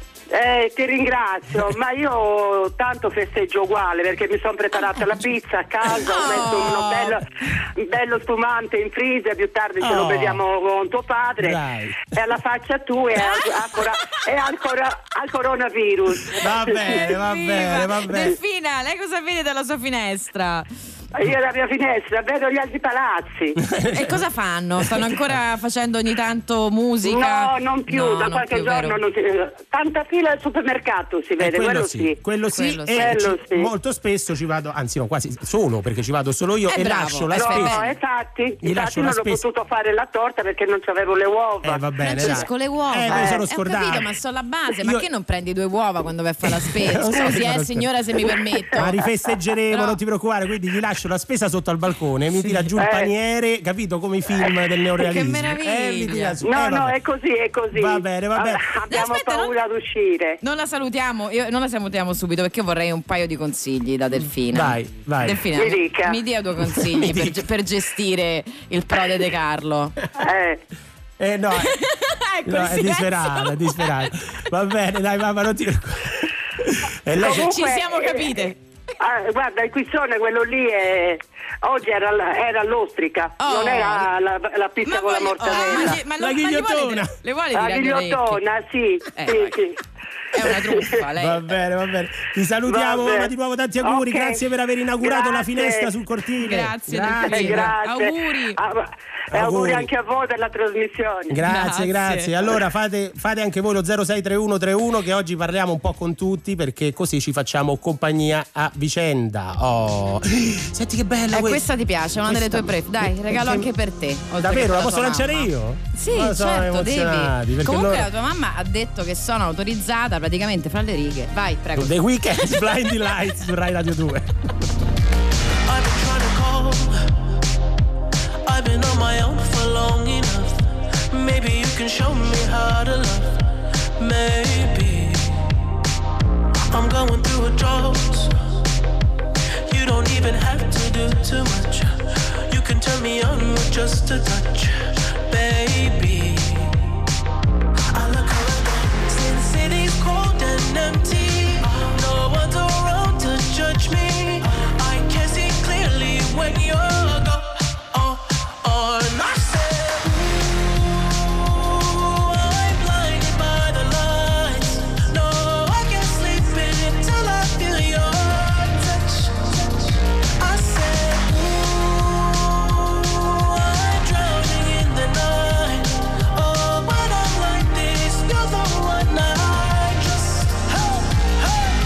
Speaker 7: Eh, ti ringrazio, ma io tanto festeggio uguale perché mi sono preparata la pizza a casa, ho messo uno bello, bello spumante in freezer, più tardi ce lo
Speaker 3: Oh.
Speaker 7: beviamo con tuo padre.
Speaker 3: Dai.
Speaker 7: E alla faccia tu e ancora, e ancora al coronavirus.
Speaker 3: Va bene, va
Speaker 2: Evviva!
Speaker 3: bene, va bene.
Speaker 2: Delfina, lei cosa vede dalla sua finestra?
Speaker 7: Io dalla mia finestra vedo gli altri palazzi.
Speaker 2: E cosa fanno? Stanno ancora facendo ogni tanto musica?
Speaker 7: No, non più,
Speaker 2: No,
Speaker 7: da
Speaker 2: non
Speaker 7: qualche
Speaker 2: più,
Speaker 7: giorno
Speaker 2: vero.
Speaker 7: non si... tanta fila al supermercato si
Speaker 3: Eh,
Speaker 7: vede, quello, sì.
Speaker 3: quello sì,
Speaker 2: Quello
Speaker 3: e
Speaker 2: sì.
Speaker 7: Quello
Speaker 3: ci-
Speaker 7: sì.
Speaker 3: molto spesso ci vado, anzi no, quasi solo perché ci vado solo io
Speaker 2: Eh,
Speaker 3: e
Speaker 2: bravo,
Speaker 3: lascio la
Speaker 2: eh,
Speaker 7: No,
Speaker 3: spesa.
Speaker 2: bene.
Speaker 7: infatti,
Speaker 3: Gli
Speaker 7: infatti
Speaker 3: lascio
Speaker 7: non
Speaker 3: la
Speaker 7: ho
Speaker 3: spesa.
Speaker 7: potuto fare la torta perché non c'avevo le uova.
Speaker 3: Eh va bene,
Speaker 2: Francesco,
Speaker 3: dai.
Speaker 2: le uova.
Speaker 3: Eh, me ne sono
Speaker 2: Eh, ho
Speaker 3: scordato.
Speaker 2: capito, ma sono la base. Ma
Speaker 3: Io-
Speaker 2: che non prendi due uova quando vai a fare la spesa?
Speaker 3: Lo so che
Speaker 2: Scusi,
Speaker 3: fanno
Speaker 2: eh, signora, se mi permetto.
Speaker 3: Ma rifesteggeremo,
Speaker 2: No.
Speaker 3: non ti preoccupare, quindi gli lascio la spesa sotto al balcone, mi tira giù il
Speaker 7: Eh.
Speaker 3: paniere, capito, come i film del neorealismo.
Speaker 2: Che meraviglia.
Speaker 3: Eh, mi tira su.
Speaker 7: No,
Speaker 3: Eh,
Speaker 7: no,
Speaker 3: vabbè.
Speaker 7: è così, è così.
Speaker 3: Va bene, va bene.
Speaker 7: Ah, Abbiamo
Speaker 2: Aspetta, non-
Speaker 7: paura ad uscire.
Speaker 2: Non la salutiamo, io, non la salutiamo subito perché io vorrei un paio di consigli da Delfina.
Speaker 3: Vai, vai.
Speaker 2: Delfina,
Speaker 7: Mi dica.
Speaker 2: mi dia due consigli
Speaker 3: Mi
Speaker 2: per,
Speaker 3: dica.
Speaker 2: per gestire il prode De Carlo.
Speaker 7: Eh.
Speaker 3: Eh no, eh,
Speaker 2: ecco
Speaker 3: no,
Speaker 2: il
Speaker 3: è
Speaker 2: silenzio.
Speaker 3: disperato, è disperato. Va bene, dai mamma, non ti E lei che-
Speaker 7: Comunque,
Speaker 2: Ci siamo
Speaker 7: eh,
Speaker 2: capite.
Speaker 7: ah, guarda, il quissone, quello lì è... oggi era, era all'ostrica,
Speaker 2: Oh.
Speaker 7: non era la, la pizza
Speaker 2: Ma
Speaker 7: con la
Speaker 2: voglio-
Speaker 7: mortadella.
Speaker 2: oh, ma gli- ma
Speaker 3: La
Speaker 2: lo- ma gli vuole-
Speaker 3: ghigliottona.
Speaker 2: Le vuole
Speaker 7: La
Speaker 2: tirare le orecchie?
Speaker 7: ghigliottona, sì,
Speaker 2: Eh,
Speaker 7: sì,
Speaker 2: vai.
Speaker 7: sì.
Speaker 2: È una truffa, lei.
Speaker 3: Va bene, va bene. Ti salutiamo,
Speaker 7: Vabbè.
Speaker 3: mamma, di nuovo tanti auguri,
Speaker 7: Ok.
Speaker 3: grazie per aver inaugurato la
Speaker 7: Grazie.
Speaker 3: finestra sul cortile.
Speaker 2: Grazie,
Speaker 3: grazie.
Speaker 2: Delfina.
Speaker 7: Eh, grazie.
Speaker 2: Auguri.
Speaker 7: Ah, ma- e auguri
Speaker 3: Auguri.
Speaker 7: anche a voi per la trasmissione.
Speaker 3: Grazie,
Speaker 2: Grazie.
Speaker 3: grazie. Allora fate, fate anche voi lo zero sei tre uno tre uno che oggi parliamo un po' con tutti perché così ci facciamo compagnia a vicenda. Oh. Senti che bella
Speaker 2: Eh,
Speaker 3: questa.
Speaker 2: questa ti piace, è una delle tue pref. Dai, regalo anche per te. oltre che
Speaker 3: Davvero,
Speaker 2: per
Speaker 3: la posso
Speaker 2: tua
Speaker 3: lanciare
Speaker 2: mamma.
Speaker 3: io?
Speaker 2: Sì,
Speaker 3: Ma sono
Speaker 2: certo, devi.
Speaker 3: emozionati, perché
Speaker 2: Comunque
Speaker 3: loro-
Speaker 2: la tua mamma ha detto che sono autorizzata praticamente fra le righe. Vai, prego.
Speaker 3: The Weeknd, Blinding Lights su Rai Radio due.
Speaker 8: I've been trying to call. I've been on my own for long enough. Maybe you can show me how to love. Maybe I'm going through a drought. You don't even have to do too much. You can turn me on with just a touch, baby. I look around, see the city's cold and empty. No one's around to judge me. I can see clearly when you're gone. Oh, oh, and I said, ooh, I'm blinded by the lights. No, I can't sleep until I feel your touch. I said, ooh, I'm drowning in the night. Oh, when I'm like this, you're the one I trust. Hey, hey.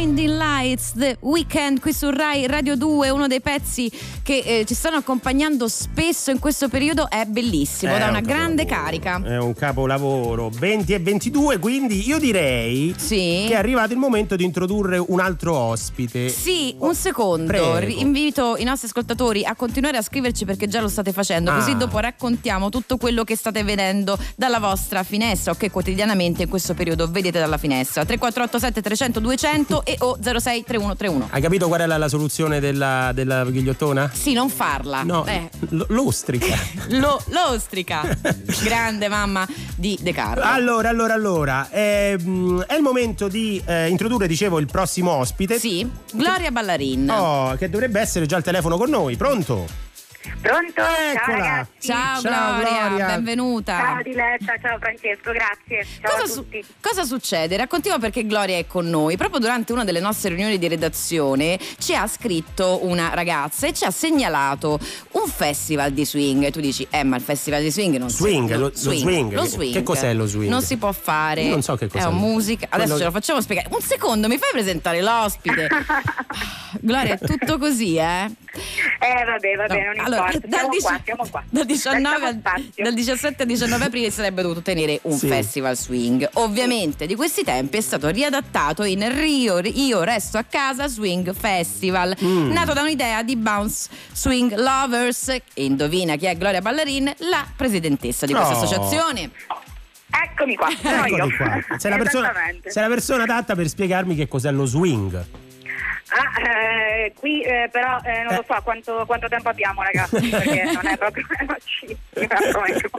Speaker 2: Blinding Lights, The Weeknd qui su Rai Radio due, uno dei pezzi che eh, ci stanno accompagnando spesso in questo periodo, è bellissimo,
Speaker 3: È
Speaker 2: da
Speaker 3: un
Speaker 2: una grande
Speaker 3: capolavoro.
Speaker 2: carica.
Speaker 3: È un capolavoro. venti e ventidue, quindi io direi
Speaker 2: Sì.
Speaker 3: che è arrivato il momento di introdurre un altro ospite.
Speaker 2: Sì, un secondo.
Speaker 3: Prego.
Speaker 2: Ri- Invito i nostri ascoltatori a continuare a scriverci perché già lo state facendo,
Speaker 3: Ah.
Speaker 2: così dopo raccontiamo tutto quello che state vedendo dalla vostra finestra o che quotidianamente in questo periodo vedete dalla finestra. tre quattro otto sette trecento duecento e o zero sei tre uno tre uno.
Speaker 3: Hai capito qual è la, la soluzione della, della ghigliottona?
Speaker 2: Sì, non farla.
Speaker 3: No,
Speaker 2: Eh,
Speaker 3: l- l'ostrica.
Speaker 2: lo, l'ostrica. Grande mamma di De Carlo.
Speaker 3: Allora, allora, allora, ehm, è il momento di eh, introdurre, dicevo, il prossimo ospite.
Speaker 2: Sì, Gloria Ballarin.
Speaker 3: Oh, che dovrebbe essere già al telefono con noi. Pronto?
Speaker 7: Pronto? Ciao
Speaker 3: Eccola.
Speaker 7: ragazzi.
Speaker 2: Ciao,
Speaker 3: Ciao,
Speaker 2: Gloria,
Speaker 3: Gloria.
Speaker 2: benvenuta.
Speaker 7: Ciao Diletta, ciao Francesco, grazie. Ciao
Speaker 2: Cosa,
Speaker 7: a
Speaker 2: su-
Speaker 7: tutti.
Speaker 2: cosa succede? Raccontiamo perché Gloria è con noi. Proprio durante una delle nostre riunioni di redazione ci ha scritto una ragazza e ci ha segnalato un festival di swing. Tu dici, eh, ma il festival di swing non
Speaker 3: Swing,
Speaker 2: si,
Speaker 3: lo-
Speaker 2: no,
Speaker 3: lo swing.
Speaker 2: Lo swing.
Speaker 3: Che cos'è lo swing?
Speaker 2: Non si può fare.
Speaker 3: Io non so che cos'è.
Speaker 2: È una musica. Adesso
Speaker 3: Quello-
Speaker 2: ce lo facciamo spiegare. Un secondo, mi fai presentare l'ospite? Gloria, è tutto così, eh?
Speaker 7: Eh vabbè, vabbè,
Speaker 2: No,
Speaker 7: non
Speaker 2: allora,
Speaker 7: importa.
Speaker 2: dal,
Speaker 7: Siamo
Speaker 2: dici-
Speaker 7: qua, siamo qua.
Speaker 2: dal diciannove al,
Speaker 7: Lasciamo spazio.
Speaker 2: dal diciassette al diciannove aprile sarebbe dovuto tenere un
Speaker 3: Sì.
Speaker 2: festival swing. Ovviamente di questi tempi è stato riadattato in Rio Io Resto a Casa Swing Festival,
Speaker 3: Mm.
Speaker 2: nato da un'idea di Bounce Swing Lovers. E indovina chi è Gloria Ballarin, la presidentessa di questa
Speaker 3: Oh.
Speaker 2: associazione.
Speaker 7: Eccomi qua, sono io.
Speaker 3: Eccoli qua. Sei la, persona,
Speaker 7: Esattamente.
Speaker 3: sei la persona adatta per spiegarmi che cos'è lo swing.
Speaker 7: Ah, eh, qui eh, però eh, non lo so quanto, quanto tempo abbiamo ragazzi, perché non è proprio velocissimo,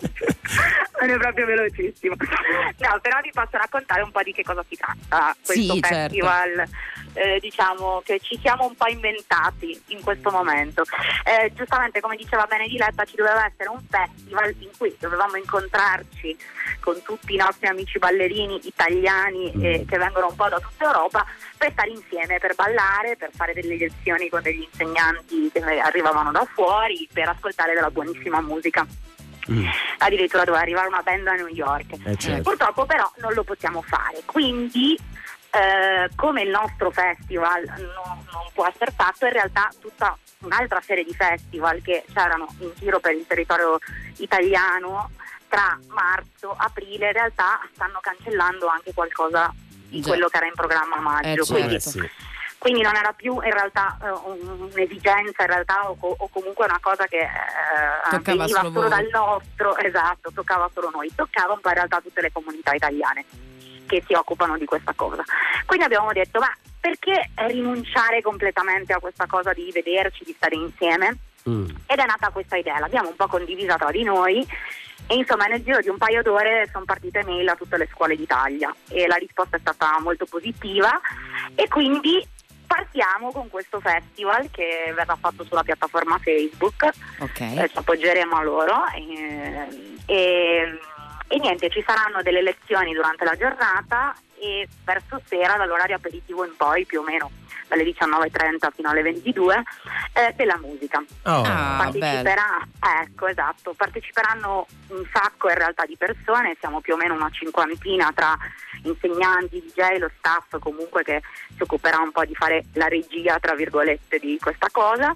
Speaker 7: non è proprio velocissimo. No, però vi posso raccontare un po' di che cosa si tratta questo
Speaker 2: Sì, certo.
Speaker 7: festival. Eh, diciamo che ci siamo un po' inventati in questo momento. Eh, giustamente, come diceva bene Diletta, ci doveva essere un festival in cui dovevamo incontrarci con tutti i nostri amici ballerini italiani eh, che vengono un po' da tutta Europa, per stare insieme, per ballare, per fare delle lezioni con degli insegnanti che arrivavano da fuori, per ascoltare della buonissima musica.
Speaker 3: Mm.
Speaker 7: Addirittura doveva arrivare una band da New York.
Speaker 3: Eh, certo.
Speaker 7: Purtroppo però non lo possiamo fare, quindi eh, come il nostro festival non, non può essere fatto, in realtà tutta un'altra serie di festival che c'erano in giro per il territorio italiano tra marzo e aprile in realtà stanno cancellando anche qualcosa di
Speaker 2: Già.
Speaker 7: quello che era in programma a maggio.
Speaker 2: Eh, certo.
Speaker 7: Quindi
Speaker 3: Eh, sì.
Speaker 7: quindi non era più in realtà eh, un'esigenza in realtà o, o comunque una cosa che eh,
Speaker 2: Toccava
Speaker 7: veniva
Speaker 2: solo
Speaker 7: solo
Speaker 2: voi.
Speaker 7: dal nostro, esatto, toccava solo noi, toccava un po' in realtà tutte le comunità italiane che si occupano di questa cosa. Quindi abbiamo detto, ma perché rinunciare completamente a questa cosa di vederci, di stare insieme?
Speaker 3: Mm.
Speaker 7: Ed è nata questa idea, l'abbiamo un po' condivisa tra di noi e insomma nel giro di un paio d'ore sono partite mail a tutte le scuole d'Italia e la risposta è stata molto positiva e quindi partiamo con questo festival che verrà fatto sulla piattaforma Facebook.
Speaker 2: Ok.
Speaker 7: Eh, ci appoggeremo a loro e, e, e niente, ci saranno delle lezioni durante la giornata e verso sera dall'orario aperitivo in poi, più o meno dalle diciannove e trenta fino alle ventidue, eh, della musica.
Speaker 3: Oh.
Speaker 2: Ah,
Speaker 7: Parteciperà, ecco, esatto, parteciperanno un sacco in realtà di persone, siamo più o meno una cinquantina tra insegnanti, D J, lo staff comunque che si occuperà un po' di fare la regia tra virgolette di questa cosa.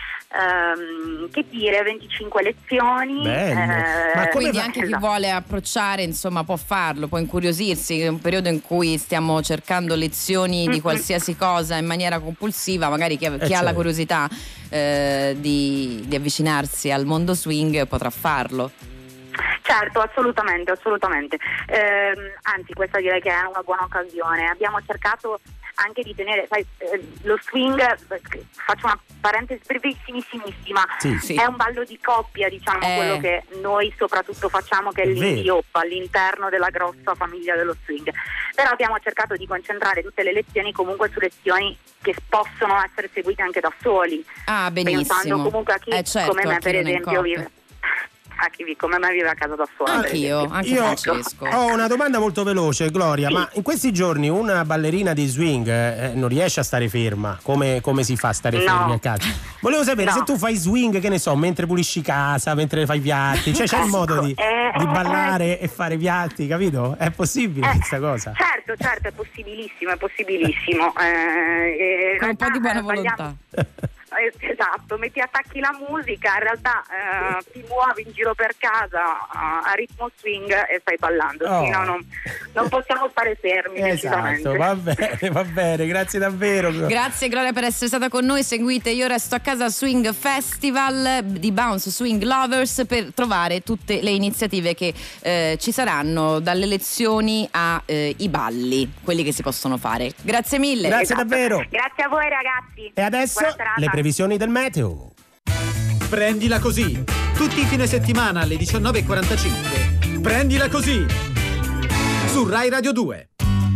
Speaker 7: Ehm, che dire, venticinque lezioni.
Speaker 3: Bello.
Speaker 7: eh,
Speaker 3: Ma come
Speaker 2: Quindi
Speaker 3: fa-
Speaker 2: anche chi
Speaker 7: esatto.
Speaker 2: vuole approcciare, insomma, può farlo, può incuriosirsi. È un periodo in cui stiamo cercando lezioni di qualsiasi cosa in maniera compulsiva. Magari chi, chi ha la
Speaker 3: certo.
Speaker 2: curiosità eh, di, di avvicinarsi al mondo swing potrà farlo.
Speaker 7: Certo, assolutamente, assolutamente. Ehm, anzi, questa direi che è una buona occasione. Abbiamo cercato anche di tenere, sai, eh, lo swing, eh, faccio una parentesi brevissimissima,
Speaker 3: Sì.
Speaker 2: Sì.
Speaker 7: è un ballo di coppia, diciamo,
Speaker 2: Eh.
Speaker 7: quello che noi soprattutto facciamo, che è
Speaker 3: È
Speaker 7: l'indie
Speaker 3: vero.
Speaker 7: hop all'interno della grossa famiglia dello swing. Però abbiamo cercato di concentrare tutte le lezioni comunque su lezioni che possono essere seguite anche da soli.
Speaker 2: Ah,
Speaker 7: Pensando
Speaker 2: benissimo.
Speaker 7: comunque a chi
Speaker 2: Eh, certo,
Speaker 7: come
Speaker 2: a
Speaker 7: me
Speaker 2: chi
Speaker 7: per
Speaker 2: non è in
Speaker 7: esempio
Speaker 2: coppia.
Speaker 7: vive a chi vi, come me vive a casa da sola.
Speaker 2: Anch'io, anche
Speaker 3: Io
Speaker 2: Francesco.
Speaker 3: ho una domanda molto veloce, Gloria,
Speaker 7: Sì.
Speaker 3: ma in questi giorni una ballerina di swing eh, non riesce a stare ferma? Come, come si fa a stare
Speaker 7: No.
Speaker 3: fermi a casa? Volevo sapere
Speaker 7: No.
Speaker 3: se tu fai swing, che ne so, mentre pulisci casa, mentre fai piatti, cioè c'è il modo di,
Speaker 7: Eh,
Speaker 3: di
Speaker 7: eh,
Speaker 3: ballare e fare piatti, capito? È possibile
Speaker 7: Eh,
Speaker 3: questa cosa?
Speaker 7: Certo, certo, è possibilissimo, è possibilissimo. Eh, eh,
Speaker 2: Con un po' di buona
Speaker 7: eh, balliamo-
Speaker 2: volontà.
Speaker 7: Eh, Esatto, metti attacchi la musica, in realtà eh, ti muovi in giro per casa a, a ritmo swing e stai ballando.
Speaker 3: Oh.
Speaker 7: Sì, no, non, non possiamo stare fermi, decisamente.
Speaker 3: Esatto, va bene, va bene, grazie davvero.
Speaker 2: Grazie Gloria per essere stata con noi. Seguite Io Resto a Casa Swing Festival di Bounce Swing Lovers per trovare tutte le iniziative che eh, ci saranno, dalle lezioni ai eh, balli, quelli che si possono fare. Grazie mille.
Speaker 3: Grazie
Speaker 7: Esatto.
Speaker 3: davvero.
Speaker 7: Grazie a voi ragazzi.
Speaker 3: E adesso
Speaker 7: Buona serata.
Speaker 3: le previsioni del meteo.
Speaker 9: Prendila così. Tutti i fine settimana alle diciannove e quarantacinque. Prendila così. Su Rai Radio due.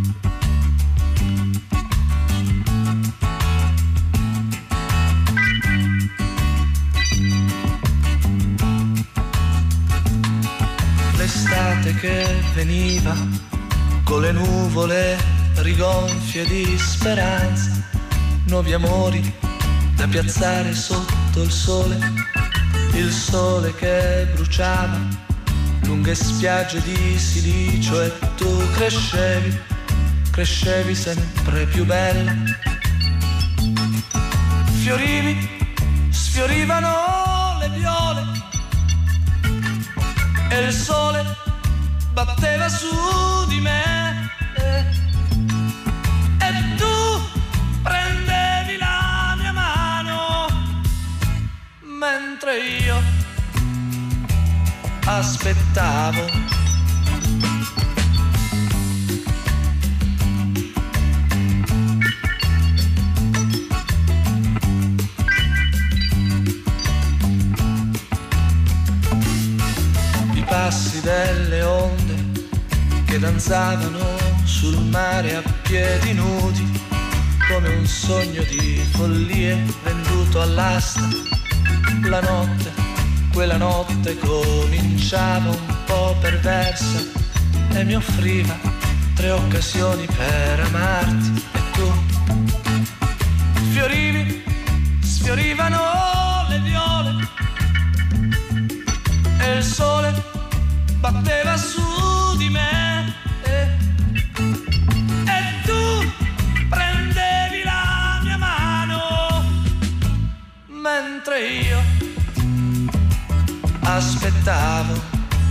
Speaker 10: L'estate che veniva con le nuvole rigonfie di speranza, nuovi amori da piazzare sotto il sole, il sole che bruciava lunghe spiagge di silicio e tu crescevi, crescevi sempre più bella. Fiorivi, sfiorivano le viole e il sole batteva su di me e, e tu prendevi la mia mano mentre io aspettavo. I passi delle onde che danzavano sul mare a piedi nudi, come un sogno di follie venduto all'asta. La notte, quella notte cominciava un po' perversa e mi offriva tre occasioni per amarti e tu fiorivi, sfiorivano le viole e il sole batteva su di me e, e tu prendevi la mia mano mentre io aspettavo.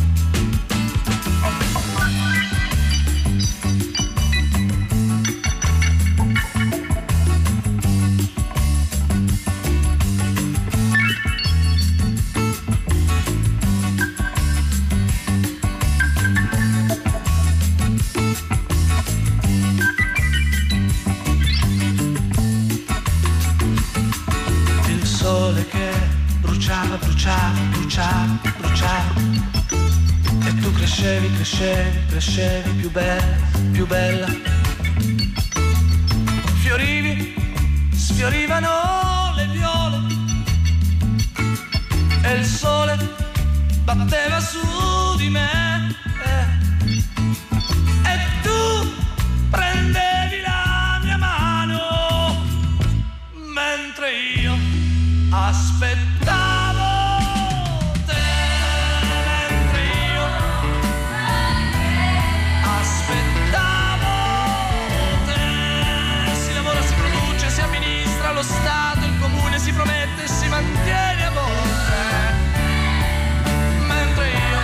Speaker 10: Bruciava, bruciava, bruciava, bruciava e tu crescevi, crescevi, crescevi più bella, più bella. Fiorivi, sfiorivano le viole e il sole batteva su di me e, e tu prendevi la mia mano mentre io aspettavo. Lo Stato, il comune si promette e si mantiene a volte, mentre io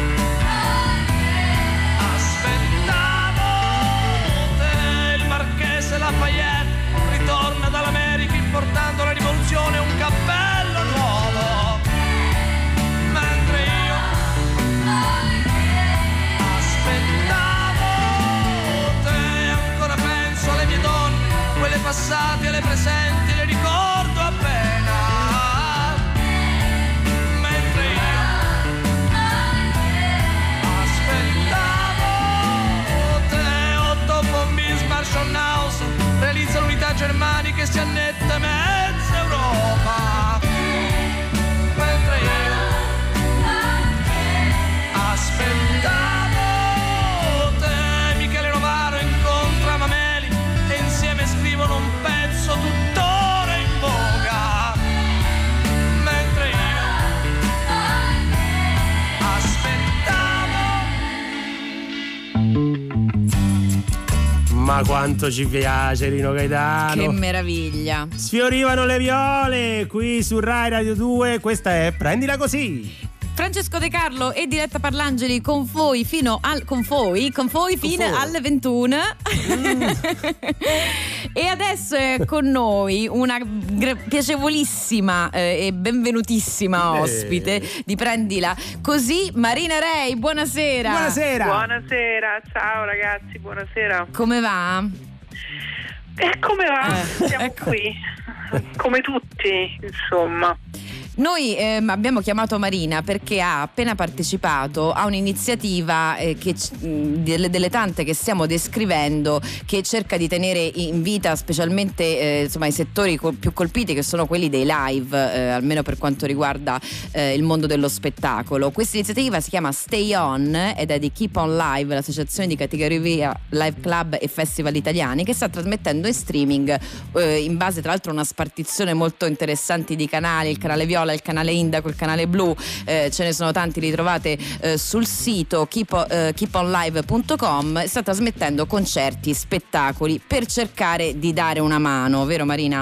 Speaker 10: aspettavo te. Il marchese Lafayette ritorna dall'America importando la rivoluzione e un cappello nuovo, mentre io aspettavo te. Ancora penso alle mie donne, quelle passate e le presenti, le ricordo appena, mentre io aspettavo te. Otto von Bismarck, Schonhausen realizza l'unità germanica e si annette mezza Europa, mentre io
Speaker 3: Ma quanto ci piace Rino Gaetano.
Speaker 2: Che meraviglia.
Speaker 3: Sfiorivano le viole qui su Rai Radio due. Questa è Prendila Così.
Speaker 2: Francesco De Carlo e Diletta Parlangeli con voi fino al con voi, con voi fino con alle ventuno. Mm. E adesso è con noi una gra- piacevolissima eh, e benvenutissima ospite eh. di Prendila Così, Marina Rei. Buonasera.
Speaker 3: Buonasera.
Speaker 11: Buonasera, ciao ragazzi, buonasera.
Speaker 2: Come va?
Speaker 11: Eh, come va?
Speaker 2: Eh,
Speaker 11: Siamo
Speaker 2: ecco.
Speaker 11: qui, come tutti, insomma.
Speaker 2: Noi eh, abbiamo chiamato Marina perché ha appena partecipato a un'iniziativa eh, che, mh, delle, delle tante che stiamo descrivendo, che cerca di tenere in vita specialmente eh, insomma, i settori col, più colpiti, che sono quelli dei live, eh, almeno per quanto riguarda eh, il mondo dello spettacolo. Questa iniziativa si chiama Stay On ed è di Keep On Live, l'associazione di categoria live club e festival italiani, che sta trasmettendo in streaming eh, in base tra l'altro a una spartizione molto interessante di canali, il canale Viola, il canale Indaco, il canale Blu, eh, ce ne sono tanti, li trovate eh, sul sito keep, eh, keep on live punto com. Sta trasmettendo concerti, spettacoli per cercare di dare una mano, vero Marina?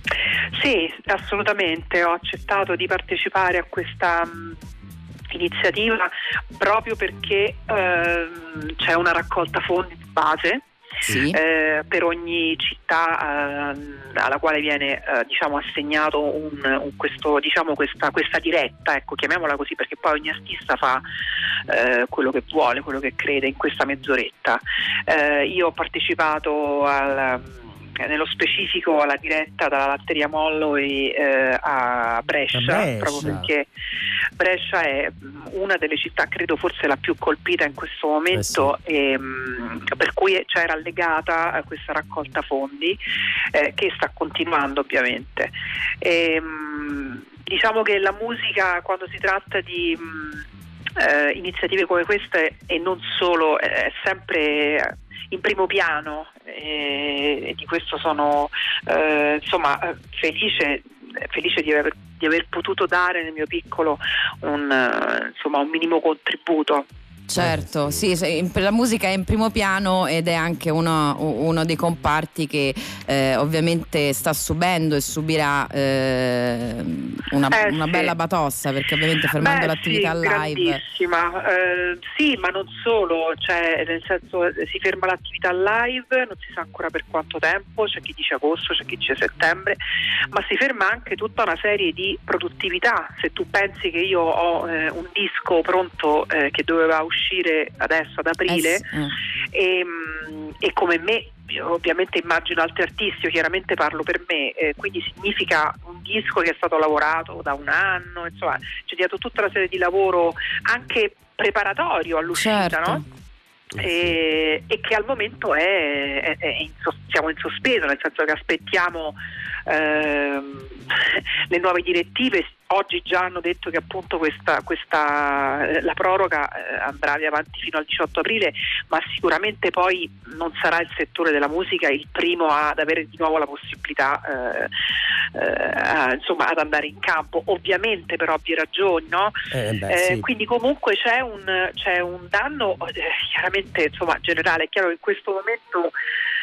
Speaker 11: Sì, assolutamente, ho accettato di partecipare a questa um, iniziativa proprio perché uh, c'è una raccolta fondi di base. Sì. Eh, per ogni città eh, alla quale viene eh, diciamo assegnato un, un questo, diciamo questa, questa diretta, ecco, chiamiamola così, perché poi ogni artista fa eh, quello che vuole, quello che crede in questa mezz'oretta. Eh, io ho partecipato al nello specifico alla diretta dalla Latteria Mollo e eh, a Brescia, Brescia, proprio perché Brescia è una delle città, credo forse la più colpita in questo momento, eh sì. e, mh, per cui c'era legata a questa raccolta fondi eh, che sta continuando ovviamente. E, mh, diciamo che la musica, quando si tratta di mh, eh, iniziative come queste, e non solo, è sempre in primo piano, e di questo sono eh, insomma felice felice di aver, di aver potuto dare nel mio piccolo un, uh, insomma, un minimo contributo.
Speaker 2: Certo, sì, la musica è in primo piano ed è anche uno, uno dei comparti che eh, ovviamente sta subendo e subirà eh, una,
Speaker 11: eh,
Speaker 2: una
Speaker 11: sì.
Speaker 2: bella batossa, perché ovviamente fermando
Speaker 11: Beh,
Speaker 2: l'attività
Speaker 11: sì,
Speaker 2: live.
Speaker 11: Grandissima, eh, sì, ma non solo, cioè nel senso si ferma l'attività live, non si sa ancora per quanto tempo, c'è chi dice agosto, c'è chi dice settembre, ma si ferma anche tutta una serie di produttività. Se tu pensi che io ho eh, un disco pronto eh, che doveva uscire uscire adesso ad aprile, eh, e, e come me io ovviamente immagino altri artisti, io chiaramente parlo per me, eh, quindi significa un disco che è stato lavorato da un anno, insomma c'è dietro tutta una serie di lavoro anche preparatorio all'uscita,
Speaker 2: certo.
Speaker 11: no? E, e che al momento è, è, è in, siamo in sospeso, nel senso che aspettiamo ehm, le nuove direttive. Oggi già hanno detto che appunto questa, questa la proroga eh, andrà avanti fino al diciotto aprile, ma sicuramente poi non sarà il settore della musica il primo ad avere di nuovo la possibilità eh, eh, a, insomma ad andare in campo, ovviamente per ovvie ragioni, no?
Speaker 3: Eh, beh,
Speaker 11: eh,
Speaker 3: sì.
Speaker 11: Quindi comunque c'è un, c'è un danno eh, chiaramente insomma generale. È chiaro che in questo momento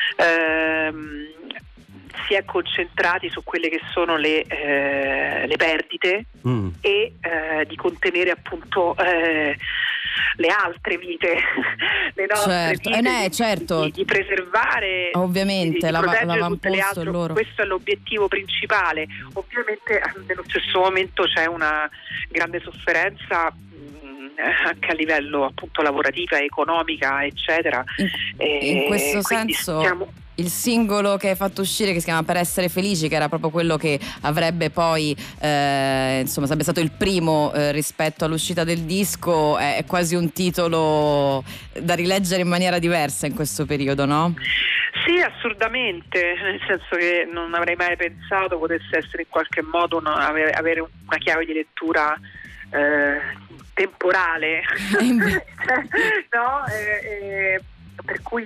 Speaker 11: ehm, si è concentrati su quelle che sono le, eh, le perdite mm. e eh, di contenere appunto eh, le altre vite, le nostre
Speaker 2: certo.
Speaker 11: vite,
Speaker 2: eh, né,
Speaker 11: di,
Speaker 2: certo.
Speaker 11: di, di preservare,
Speaker 2: ovviamente
Speaker 11: di, di
Speaker 2: la,
Speaker 11: proteggere tutte le altre.
Speaker 2: Loro.
Speaker 11: Questo è l'obiettivo principale. Ovviamente nello stesso momento c'è una grande sofferenza anche a livello appunto lavorativa, economica, eccetera.
Speaker 2: In, in questo
Speaker 11: quindi
Speaker 2: senso
Speaker 11: stiamo...
Speaker 2: il singolo che hai fatto uscire, che si chiama Per essere felici, che era proprio quello che avrebbe poi eh, insomma sarebbe stato il primo eh, rispetto all'uscita del disco, è, è quasi un titolo da rileggere in maniera diversa in questo periodo, no?
Speaker 11: Sì, assolutamente, nel senso che non avrei mai pensato potesse essere in qualche modo una, avere, avere una chiave di lettura eh, temporale no? Eh, eh, per cui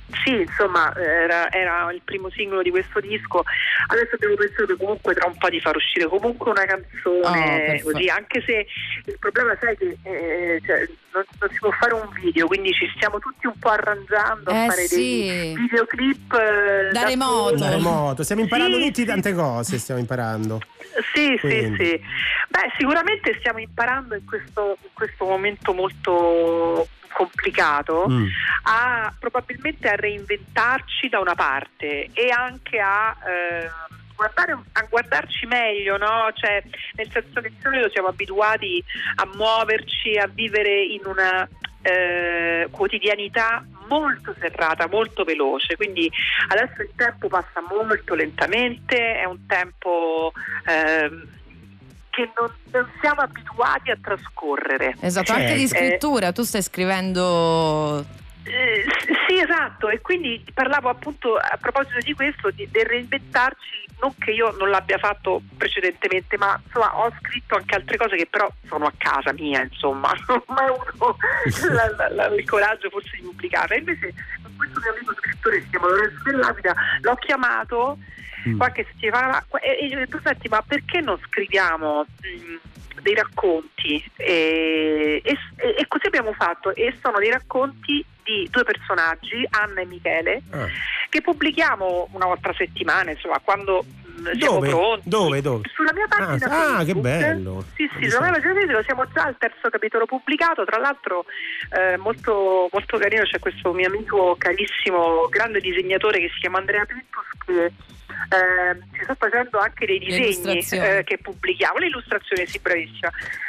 Speaker 11: sì, insomma, era, era il primo singolo di questo disco. Adesso abbiamo pensato comunque tra un po' di far uscire comunque una canzone, oh, così, anche se il problema, sai che eh, cioè, non, non si può fare un video, quindi ci stiamo tutti un po' arrangiando
Speaker 2: eh,
Speaker 11: a fare
Speaker 2: sì.
Speaker 11: dei videoclip eh,
Speaker 2: da,
Speaker 11: da
Speaker 2: remoto.
Speaker 3: da remoto. Stiamo imparando
Speaker 11: sì,
Speaker 3: tutti
Speaker 11: sì.
Speaker 3: tante cose, stiamo imparando.
Speaker 11: Sì,
Speaker 3: Quindi.
Speaker 11: sì, sì. Beh, sicuramente stiamo imparando in questo, in questo momento molto complicato mm. a probabilmente a reinventarci da una parte e anche a eh, guardare, a guardarci meglio, no? Cioè, nel senso che di solito siamo abituati a muoverci, a vivere in una eh, quotidianità molto serrata, molto veloce, quindi adesso il tempo passa molto lentamente, è un tempo eh, che non, non siamo abituati a trascorrere.
Speaker 2: Esatto, certo. Anche di scrittura, eh, tu stai scrivendo...
Speaker 11: Eh, sì, esatto, e quindi parlavo appunto a proposito di questo, di, del reinventarci, non che io non l'abbia fatto precedentemente, ma insomma ho scritto anche altre cose che però sono a casa mia, insomma, non ho mai avuto la, la, la, il coraggio forse di pubblicarla. Invece con questo mio amico scrittore, si chiama Lorenzo Dell'Avida, l'ho chiamato qualche settimana fa e gli ho detto: senti, ma perché non scriviamo mh, dei racconti? E, e, e così abbiamo fatto, e sono dei racconti di due personaggi, Anna e Michele, ah. che pubblichiamo una volta a settimana, insomma, quando mh, siamo
Speaker 3: dove?
Speaker 11: pronti.
Speaker 3: Dove? Dove?
Speaker 11: Sulla mia pagina
Speaker 3: ah,
Speaker 11: Facebook.
Speaker 3: Ah, che bello!
Speaker 11: Sì, sì, sulla mia pagina Facebook siamo già al terzo capitolo pubblicato. Tra l'altro eh, molto, molto carino, c'è questo mio amico carissimo, grande disegnatore che si chiama Andrea Pittus, che Eh, ci sto facendo anche dei disegni eh, che pubblichiamo, l'illustrazione, sì, bravissima.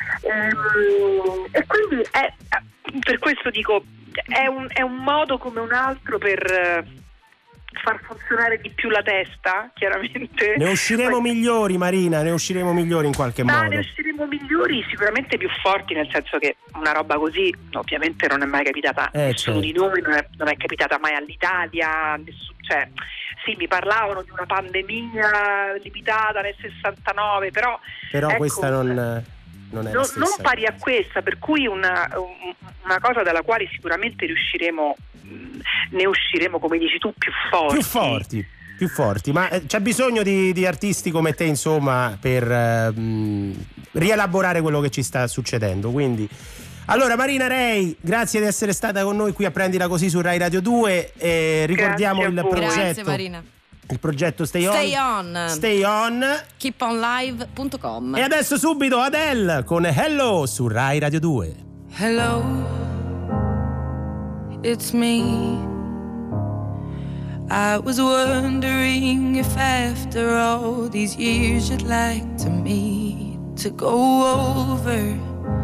Speaker 11: Ehm, e quindi è, per questo dico, è un, è un modo come un altro per eh, far funzionare di più la testa, chiaramente.
Speaker 3: Ne usciremo Poi, migliori, Marina, ne usciremo migliori in qualche
Speaker 11: ma
Speaker 3: modo.
Speaker 11: Ne usciremo migliori, sicuramente più forti, nel senso che una roba così ovviamente non è mai capitata a
Speaker 3: eh,
Speaker 11: nessuno
Speaker 3: certo.
Speaker 11: di noi, non è, non è capitata mai all'Italia, nessun, cioè sì, mi parlavano di una pandemia limitata nel sessantanove, però
Speaker 3: però
Speaker 11: ecco,
Speaker 3: questa non, non è
Speaker 11: no,
Speaker 3: la stessa
Speaker 11: non pari
Speaker 3: cosa.
Speaker 11: a questa, per cui una, una cosa dalla quale sicuramente riusciremo, ne usciremo, come dici tu, più forti.
Speaker 3: Più forti, più forti, ma eh, c'è bisogno di, di artisti come te, insomma, per eh, mh, rielaborare quello che ci sta succedendo, quindi... Allora Marina Rei, grazie di essere stata con noi qui a Prendila Così su Rai Radio due, e ricordiamo il progetto.
Speaker 2: Grazie Marina.
Speaker 3: Il progetto Stay On.
Speaker 2: Stay On.
Speaker 3: Stay On.
Speaker 2: keep on live punto com.
Speaker 3: E adesso subito Adele con Hello su Rai Radio due.
Speaker 5: Hello, it's me. I was wondering if after all these years you'd like to meet, to go over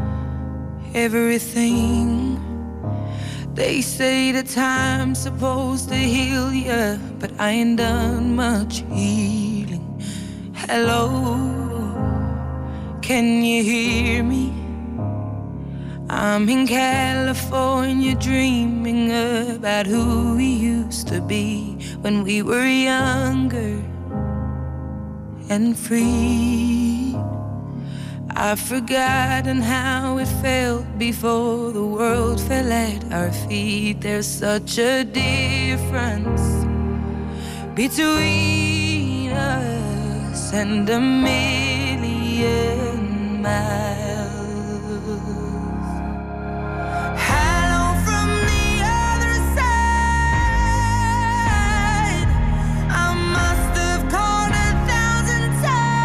Speaker 5: everything. They say the time's supposed to heal ya, but I ain't done much healing. Hello, can you hear me? I'm in California dreaming about who we used to be when we were younger and free. I've forgotten how it felt before the world fell at our feet. There's such a difference between us and a million miles. Hello from the other side. I must have called a thousand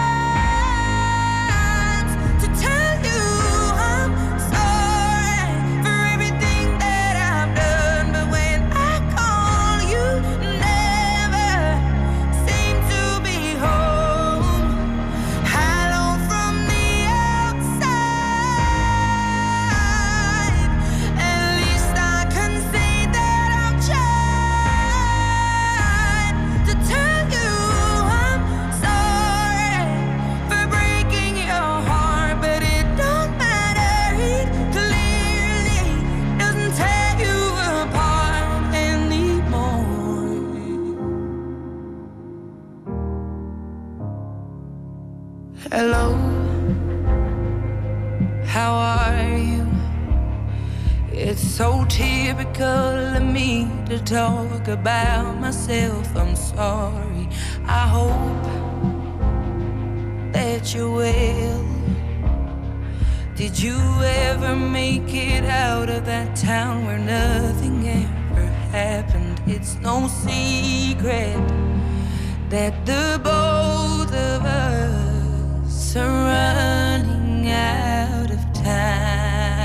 Speaker 5: times to tell you I'm sorry for everything that I've done, but when I call you never seem to be home. Hello from the outside, at least I can say that I've tried to tell you I'm sorry for breaking your heart, but it don't matter, it clearly doesn't tear you apart anymore. Hello, how are you? It's It's so typical of me to talk about myself. I'm sorry. I hope that you're well. Did you ever make it out of that town where nothing ever happened? It's no secret that the both of us are running out of time.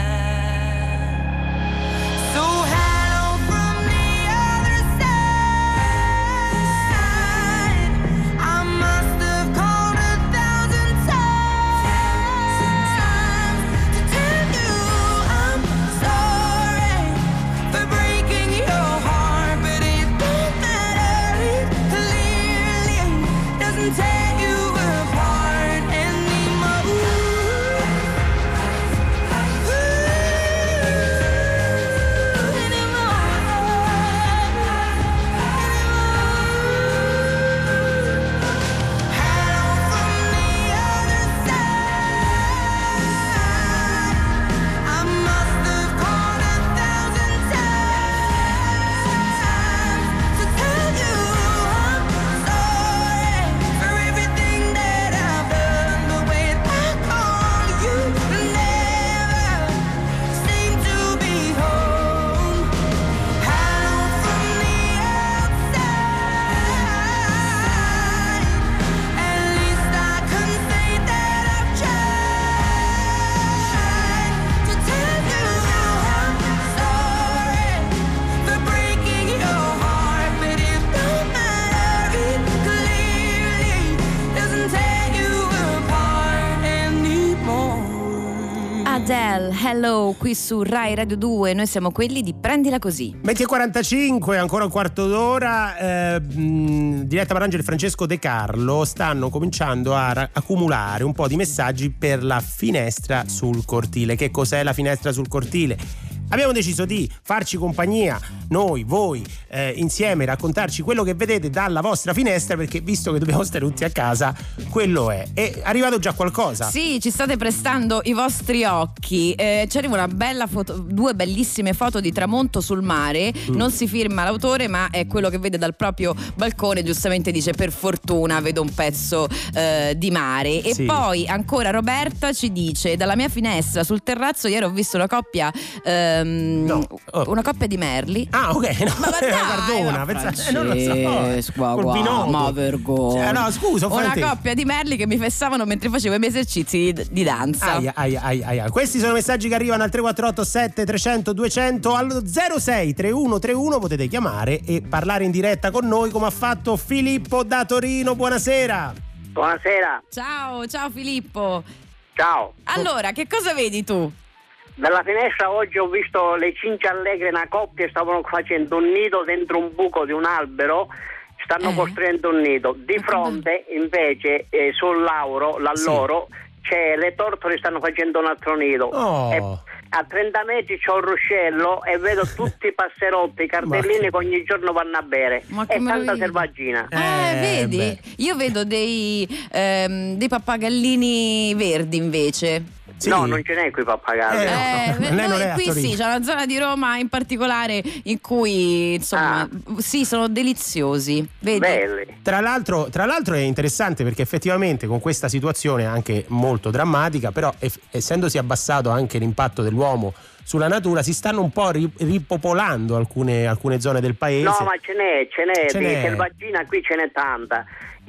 Speaker 2: Adele, Hello, qui su Rai Radio due, noi siamo quelli di Prendila Così.
Speaker 3: venti e quarantacinque, ancora un quarto d'ora. eh, mh, Diletta Marangeli e Francesco De Carlo stanno cominciando a ra- accumulare un po' di messaggi per la finestra sul cortile. Che cos'è la finestra sul cortile? Abbiamo deciso di farci compagnia, noi, voi, eh, insieme, raccontarci quello che vedete dalla vostra finestra, perché visto che dobbiamo stare tutti a casa, quello è. È arrivato già qualcosa?
Speaker 2: Sì, ci state prestando i vostri occhi. Eh, ci arriva una bella foto, due bellissime foto di tramonto sul mare. Mm. Non si firma l'autore, ma è quello che vede dal proprio balcone. Giustamente dice: per fortuna vedo un pezzo eh, di mare. E sì. Poi ancora Roberta ci dice: dalla mia finestra sul terrazzo ieri ho visto una coppia eh, No. Oh. una coppia di merli.
Speaker 3: Ah, ok. No.
Speaker 2: Ma dai,
Speaker 3: perdona, pensa, eh, non lo so.
Speaker 2: Qua, qua, ma vergogna.
Speaker 3: Cioè, no, scusa,
Speaker 2: una coppia di merli che mi fessavano mentre facevo i miei esercizi di, di danza.
Speaker 3: Aia, aia, aia, aia. Questi sono messaggi che arrivano al tre quattro otto sette trecento duecento, allo zero sei trentuno trentuno potete chiamare e parlare in diretta con noi, come ha fatto Filippo da Torino. Buonasera.
Speaker 12: Buonasera.
Speaker 2: Ciao, ciao Filippo.
Speaker 12: Ciao.
Speaker 2: Allora, che cosa vedi tu?
Speaker 12: Dalla finestra oggi ho visto le cinque allegre, una coppia, stavano facendo un nido dentro un buco di un albero, stanno eh. costruendo un nido. Di fronte invece eh, sul lauro, là sì. loro, c'è le tortole, stanno facendo un altro nido.
Speaker 3: Oh.
Speaker 12: E a trenta metri c'ho un ruscello e vedo tutti i passerotti, i cardellini che ogni giorno vanno a bere.
Speaker 2: Ma
Speaker 12: e tanta selvaggina.
Speaker 2: Eh, eh vedi? Beh. Io vedo dei, ehm, dei pappagallini verdi invece.
Speaker 12: Sì. No, non ce n'è qui pappagalli.
Speaker 2: Eh, no. Noi, noi qui sì, c'è una zona di Roma in particolare in cui insomma ah. sì, sono deliziosi. Vedi?
Speaker 12: Belli.
Speaker 3: Tra l'altro, tra l'altro è interessante perché effettivamente con questa situazione anche molto drammatica, però eff- essendosi abbassato anche l'impatto dell'uomo sulla natura, si stanno un po' ripopolando alcune, alcune zone del paese.
Speaker 12: No, ma ce n'è, ce n'è, ce n'è. Selvaggina qui ce n'è tanta.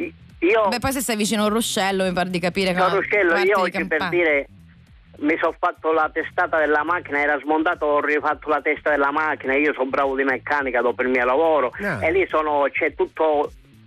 Speaker 12: Io
Speaker 2: Beh, poi se stai vicino a un ruscello mi pare di capire che
Speaker 12: un ruscello, io oggi per dire mi sono fatto la testata della macchina, era smontato, ho rifatto la testa della macchina, io sono bravo di meccanica dopo il mio lavoro ah. e lì sono, c'è tutto,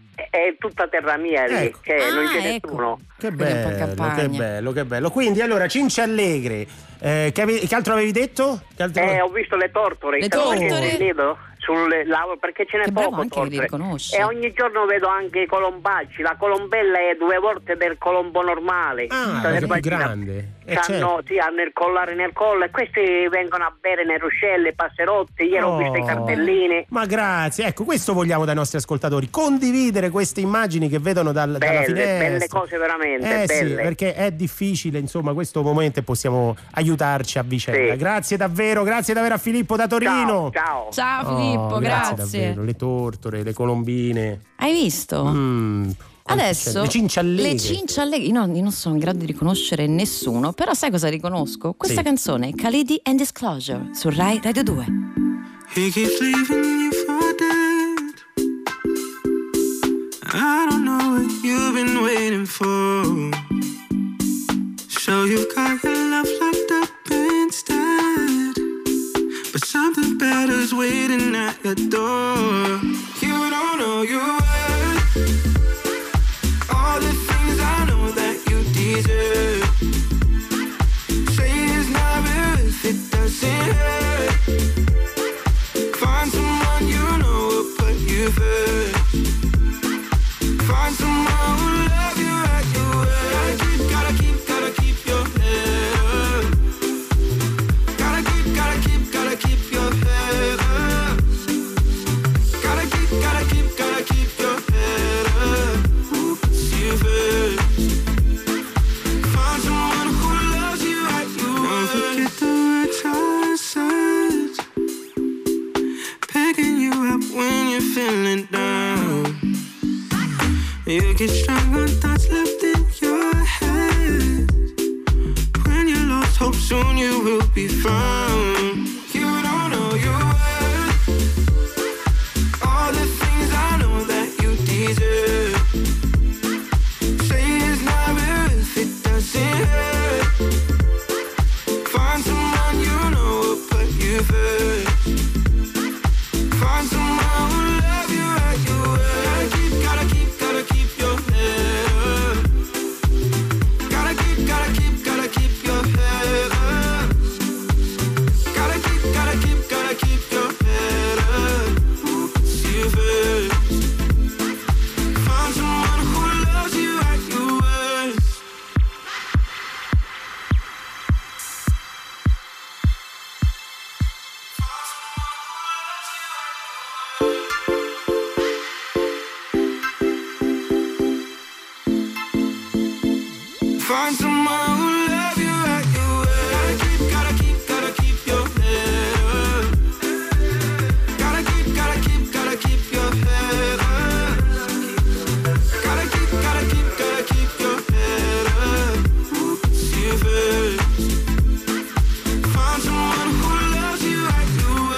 Speaker 12: è tutta terra mia lì,
Speaker 3: ecco.
Speaker 12: che
Speaker 2: ah,
Speaker 12: non c'è
Speaker 2: ecco.
Speaker 12: nessuno.
Speaker 3: Che bello, che bello, che bello. Quindi allora Cince Allegre, eh, che, ave- che altro avevi detto? Che altro...
Speaker 12: Eh, ho visto le tortore,
Speaker 2: le
Speaker 12: stanno
Speaker 2: tortore?
Speaker 12: facendo il nido sulle lauree, perché ce n'è
Speaker 2: Che bravo
Speaker 12: poco
Speaker 2: anche che li
Speaker 12: oltre.
Speaker 2: riconosce.
Speaker 12: E ogni giorno vedo anche i colombacci. La colombella è due volte del colombo normale.
Speaker 3: Ah,
Speaker 12: Cioè,
Speaker 3: è più
Speaker 12: immagina-
Speaker 3: grande. Eh,
Speaker 12: C'hanno,
Speaker 3: certo.
Speaker 12: sì, hanno il collare nel collo e questi vengono a bere nei ruscelli, passerotti. Ieri ho visto i
Speaker 3: Oh.
Speaker 12: cartellini.
Speaker 3: Ma grazie, ecco, questo vogliamo dai nostri ascoltatori, condividere queste immagini che vedono dal, dalla
Speaker 12: Belle,
Speaker 3: finestra.
Speaker 12: belle cose veramente,
Speaker 3: Eh sì,
Speaker 12: belle.
Speaker 3: perché è difficile, insomma, questo momento e possiamo aiutarci a vicenda.
Speaker 12: Sì.
Speaker 3: Grazie davvero, grazie davvero a Filippo da Torino.
Speaker 12: Ciao, ciao.
Speaker 2: Ciao
Speaker 3: Oh,
Speaker 2: Filippo,
Speaker 3: grazie.
Speaker 2: grazie.
Speaker 3: davvero, le tortore, le colombine.
Speaker 2: Hai visto?
Speaker 3: Mm,
Speaker 2: Adesso
Speaker 3: le cincialleghe.
Speaker 2: le cincialleghe, io non, io non sono in grado di riconoscere nessuno, però sai cosa riconosco? Questa
Speaker 3: Sì.
Speaker 2: canzone, Khalidi and Disclosure, su Rai Radio due.
Speaker 1: He keeps leaving you for dead. I don't know what you've been waiting for. So you've got your love locked up instead, but something better's waiting at your door. You don't know your worth, all the things I know that you deserve. Say it's not real if it doesn't hurt. Find someone you know will put you first. Find someone who love you at your word. Gotta keep, gotta keep, gotta keep your head up. Gotta keep, gotta keep, gotta keep your head up. Gotta keep, gotta keep, gotta keep your head up. Who puts you first? Find someone who loves you at your word. Don't forget the words I said. Picking you up when you're feeling down. You get strong on thoughts left in your head. When you lost hope, soon you will be found. You don't know your worth, all the things I know that you deserve. Say it's not real if it doesn't hurt. Find someone you know will put you first. Find someone who love you at your word. Gotta keep, gotta keep, gotta keep your head up. Gotta keep, gotta keep, gotta keep your head up. Gotta keep, gotta keep, gotta keep your head up. Who puts you first? Find someone who loves you at your worst. Find someone who love you at your word. Gotta keep, gotta keep, gotta keep your head up. Gotta keep, gotta keep, gotta keep your head up. Gotta keep, gotta keep, gotta keep your head up. Who puts you first? Find someone who loves you at your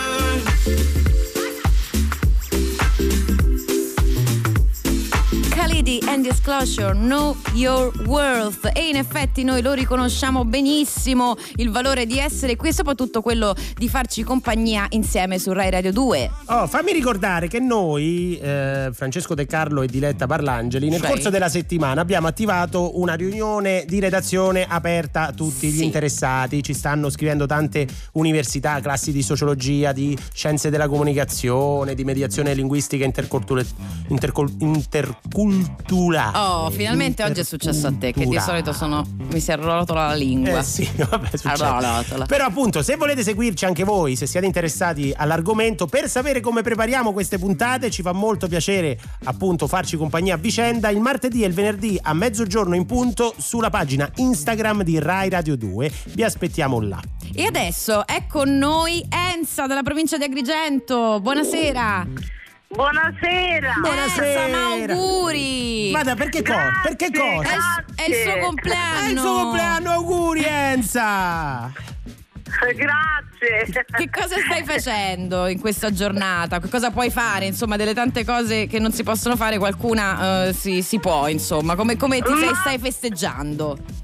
Speaker 1: word.
Speaker 2: Khalidi and Disclosure, Know Your Worth. E in effetti noi lo riconosciamo benissimo, il valore di essere qui e soprattutto quello di farci compagnia insieme su Rai Radio due.
Speaker 3: Oh, fammi ricordare che noi, eh, Francesco De Carlo e Diletta Parlangeli, nel
Speaker 2: Sì.
Speaker 3: corso della settimana abbiamo attivato una riunione di redazione aperta a tutti gli
Speaker 2: Sì.
Speaker 3: interessati. Ci stanno scrivendo tante università, classi di sociologia, di scienze della comunicazione, di mediazione linguistica intercultura- intercol- interculturale.
Speaker 2: Oh, finalmente oggi è successo a te, che di solito sono mi si arrotola la lingua.
Speaker 3: Eh sì, vabbè, succede.
Speaker 2: Arrotola.
Speaker 3: Però appunto, se volete seguirci anche voi, se siete interessati all'argomento, per sapere come prepariamo queste puntate, ci fa molto piacere appunto farci compagnia a vicenda il martedì e il venerdì a mezzogiorno in punto sulla pagina Instagram di Rai Radio due. Vi aspettiamo là.
Speaker 2: E adesso è con noi Enza dalla provincia di Agrigento. Buonasera.
Speaker 7: Buonasera.
Speaker 2: Enza, ma auguri.
Speaker 3: Ma da perché cosa? Perché cosa?
Speaker 2: È, è il suo compleanno.
Speaker 3: È il suo compleanno, auguri Enza.
Speaker 7: Grazie.
Speaker 2: Che cosa stai facendo in questa giornata? Che cosa puoi fare? Insomma, delle tante cose che non si possono fare, qualcuna eh, si, si può, insomma. Come, come ti sei,
Speaker 7: Ma-
Speaker 2: stai festeggiando?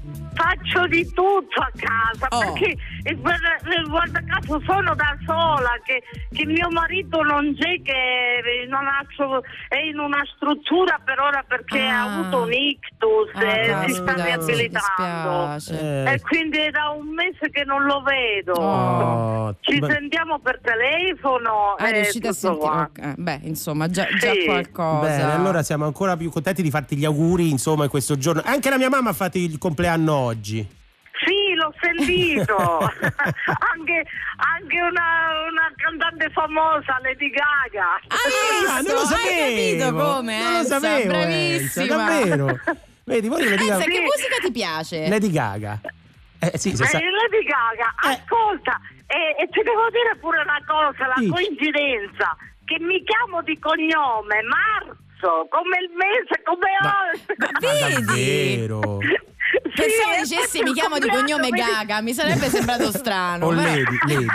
Speaker 7: faccio di tutto a casa,
Speaker 2: Oh.
Speaker 7: perché eh, guarda, eh, guarda caso sono da sola, che, che mio marito non c'è, che è in, una, è in una struttura per ora perché
Speaker 2: Ah.
Speaker 7: ha avuto un ictus
Speaker 2: Ah,
Speaker 7: e si
Speaker 2: caspita,
Speaker 7: sta
Speaker 2: mi
Speaker 7: riabilitando.
Speaker 2: dispiace.
Speaker 3: Eh.
Speaker 7: E quindi è da un mese che non lo vedo.
Speaker 3: Oh,
Speaker 7: Ci
Speaker 3: beh.
Speaker 7: sentiamo per telefono.
Speaker 2: Ah,
Speaker 7: e
Speaker 2: riuscite a
Speaker 7: tutto
Speaker 2: sentire?
Speaker 7: qua.
Speaker 2: Ok, beh, insomma, già, già
Speaker 7: Sì.
Speaker 2: qualcosa.
Speaker 3: Bene, allora siamo ancora più contenti di farti gli auguri, insomma, in questo giorno. Anche la mia mamma ha fatto il compleanno oggi.
Speaker 7: Sì, l'ho sentito. anche anche una, una cantante famosa, Lady Gaga.
Speaker 2: Hai
Speaker 3: Ah,
Speaker 2: visto?
Speaker 3: non lo
Speaker 2: Hai capito
Speaker 3: sapevo.
Speaker 2: come?
Speaker 3: Non lo
Speaker 2: Elsa?
Speaker 3: sapevo,
Speaker 2: Bravissima.
Speaker 3: Elsa, davvero. Vedi, poi Lady
Speaker 2: Elsa,
Speaker 3: Gaga.
Speaker 2: che musica ti piace?
Speaker 3: Lady Gaga. Eh sì, se
Speaker 7: Eh,
Speaker 3: sa-
Speaker 7: Lady Gaga,
Speaker 3: Eh.
Speaker 7: ascolta, e, e ti devo dire pure una cosa, la
Speaker 3: Dici.
Speaker 7: coincidenza, che mi chiamo di cognome Marzo, come il mese, come
Speaker 3: Ma-
Speaker 7: oggi.
Speaker 3: Ma davvero?
Speaker 2: Pensavo
Speaker 7: Sì,
Speaker 2: dicessi
Speaker 7: infatti
Speaker 2: mi
Speaker 7: il
Speaker 2: chiamo di
Speaker 7: compleanno
Speaker 2: cognome
Speaker 7: mi-
Speaker 2: Gaga, mi sarebbe sembrato strano.
Speaker 3: O
Speaker 2: Beh.
Speaker 3: Lady, Lady.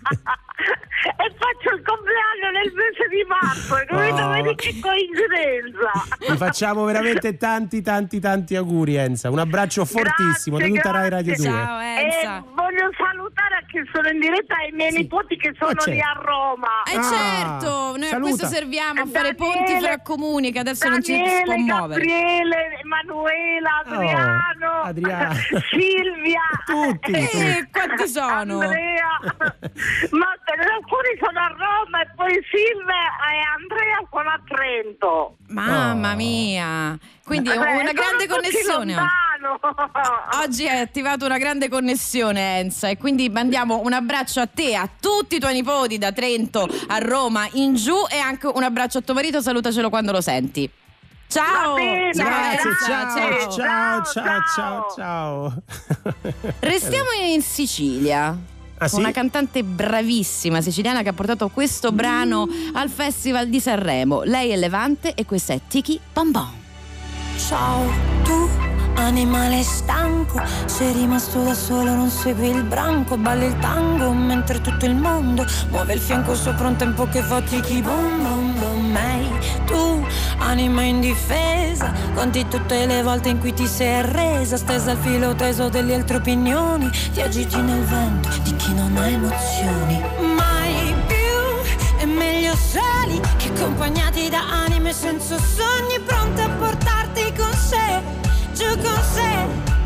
Speaker 7: E faccio il compleanno nel mese di marzo, hai capito?
Speaker 3: Oh.
Speaker 7: Vedi che coincidenza.
Speaker 3: Ti facciamo veramente tanti tanti tanti auguri, Enza. Un abbraccio fortissimo da
Speaker 7: Grazie,
Speaker 3: tutta Rai Radio
Speaker 7: grazie.
Speaker 3: due.
Speaker 2: Ciao
Speaker 7: E
Speaker 2: Elsa.
Speaker 7: voglio salutare a chi sono in diretta ai miei
Speaker 3: Sì.
Speaker 7: nipoti che sono
Speaker 3: Ma
Speaker 7: lì
Speaker 3: certo.
Speaker 7: a Roma.
Speaker 2: Eh
Speaker 3: Ah,
Speaker 2: certo, noi a
Speaker 3: saluta.
Speaker 2: questo serviamo, a fare
Speaker 7: Daniele,
Speaker 2: ponti fra comuni che adesso non ci si può
Speaker 7: Daniele,
Speaker 2: muovere.
Speaker 7: Gabriele, Emanuela, Adriano,
Speaker 3: Oh, Adriano.
Speaker 7: Silvia,
Speaker 3: Tutti,
Speaker 7: eh,
Speaker 2: Eh, quanti sono?
Speaker 7: Andrea, ma alcuni sono a Roma e poi Silvia e Andrea sono a Trento.
Speaker 2: Mamma
Speaker 3: Oh.
Speaker 2: mia. Quindi è
Speaker 7: Vabbè,
Speaker 2: una
Speaker 7: sono
Speaker 2: grande
Speaker 7: tutti
Speaker 2: connessione.
Speaker 7: lontano.
Speaker 2: Oggi hai attivato una grande connessione, Enza, e quindi mandiamo un abbraccio a te, a tutti i tuoi nipoti da Trento a Roma in giù, e anche un abbraccio a tuo marito, salutacelo quando lo senti. Ciao!
Speaker 7: Va bene,
Speaker 2: Ciao,
Speaker 3: Grazie,
Speaker 2: Elsa,
Speaker 3: ciao, ciao, ciao, ciao,
Speaker 7: ciao.
Speaker 3: ciao.
Speaker 2: Restiamo in Sicilia.
Speaker 3: Ah, sì?
Speaker 2: Una cantante bravissima siciliana che ha portato questo brano al Festival di Sanremo. Lei è Levante e questa è Tiki Bom Bom.
Speaker 13: Ciao, tu animale stanco, sei rimasto da solo, non segui il branco, balli il tango mentre tutto il mondo muove il fianco sopra un tempo che fa tiki bom bom bom. Ehi, tu anima indifesa, conti tutte le volte in cui ti sei arresa, stesa al filo teso delle altre opinioni, ti agiti nel vento di chi non ha emozioni. Mai più è meglio soli che accompagnati da anime senza sogni, pronte a portarti con sé, giù con sé.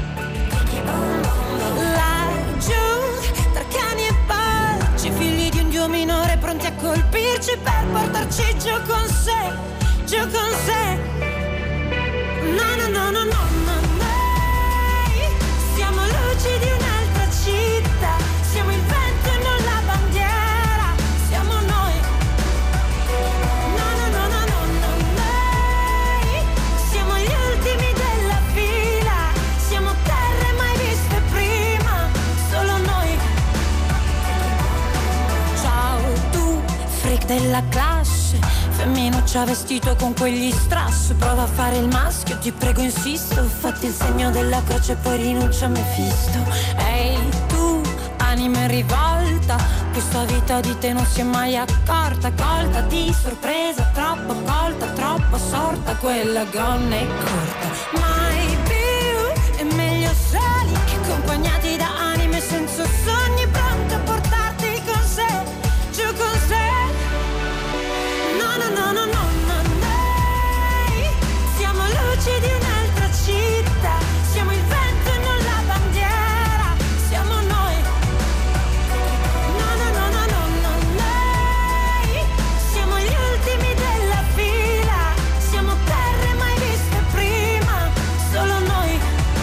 Speaker 13: Laggiù, tra cani e porci, figli di un dio minore pronti a colpirci per portarci giù con sé, giù con sé. No, no, no, no, no, no, noi siamo luci di un'altra città, siamo il vento e non la bandiera, siamo noi. No, no, no, no, no, no, noi siamo gli ultimi della fila, siamo terre mai viste prima, solo noi. Ciao tu, freak della classe, femminuccia vestito con quegli strass, prova a fare il maschio, ti prego insisto, fatti il segno della croce e poi rinuncia a Mefisto. Ehi tu, anima in rivolta, questa vita di te non si è mai accorta, colta di sorpresa, troppo colta, troppo sorta, quella gonna è corta. Mai più è meglio soli che accompagnati da anime senza sogni, pronte a portarti con sé, giù con sé. No, no, no, no, no, no, noi siamo luci di un'altra città, siamo il vento e non la bandiera, siamo noi. No, no, no, no, no, no, noi siamo gli ultimi della fila, siamo terre mai viste prima, solo noi.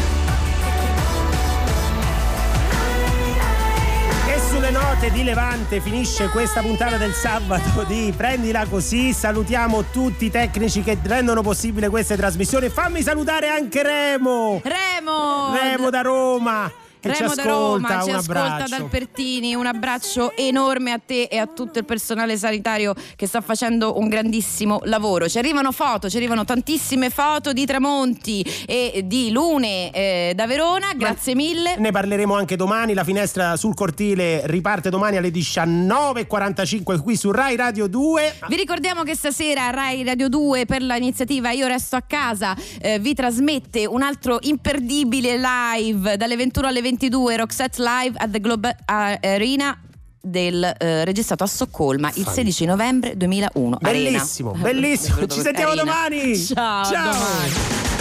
Speaker 3: E sulle note di Levante finisce questa puntata del sabato di Prendila Così. Salutiamo tutti i tecnici che rendono possibile queste trasmissioni. Fammi salutare anche Remo
Speaker 2: Remo!
Speaker 3: Remo da Roma, che
Speaker 2: Remo
Speaker 3: ci
Speaker 2: da
Speaker 3: ascolta,
Speaker 2: Roma ci
Speaker 3: un
Speaker 2: ascolta
Speaker 3: abbraccio.
Speaker 2: dal Pertini, un abbraccio enorme a te e a tutto il personale sanitario che sta facendo un grandissimo lavoro. Ci arrivano foto, ci arrivano tantissime foto di tramonti e di lune eh, da Verona, grazie mille.
Speaker 3: Ne parleremo anche domani, la finestra sul cortile riparte domani alle diciannove e quarantacinque qui su Rai Radio due.
Speaker 2: Vi ricordiamo che stasera Rai Radio due per l'iniziativa Io Resto a Casa eh, vi trasmette un altro imperdibile live dalle ventuno alle ventidue, Roxette Live at the Globe Arena del eh, registrato a Stoccolma il sedici novembre duemilauno.
Speaker 3: Bellissimo,
Speaker 2: Arena.
Speaker 3: bellissimo. Ci sentiamo
Speaker 2: Arena.
Speaker 3: domani.
Speaker 2: Ciao,
Speaker 3: Ciao.
Speaker 2: domani.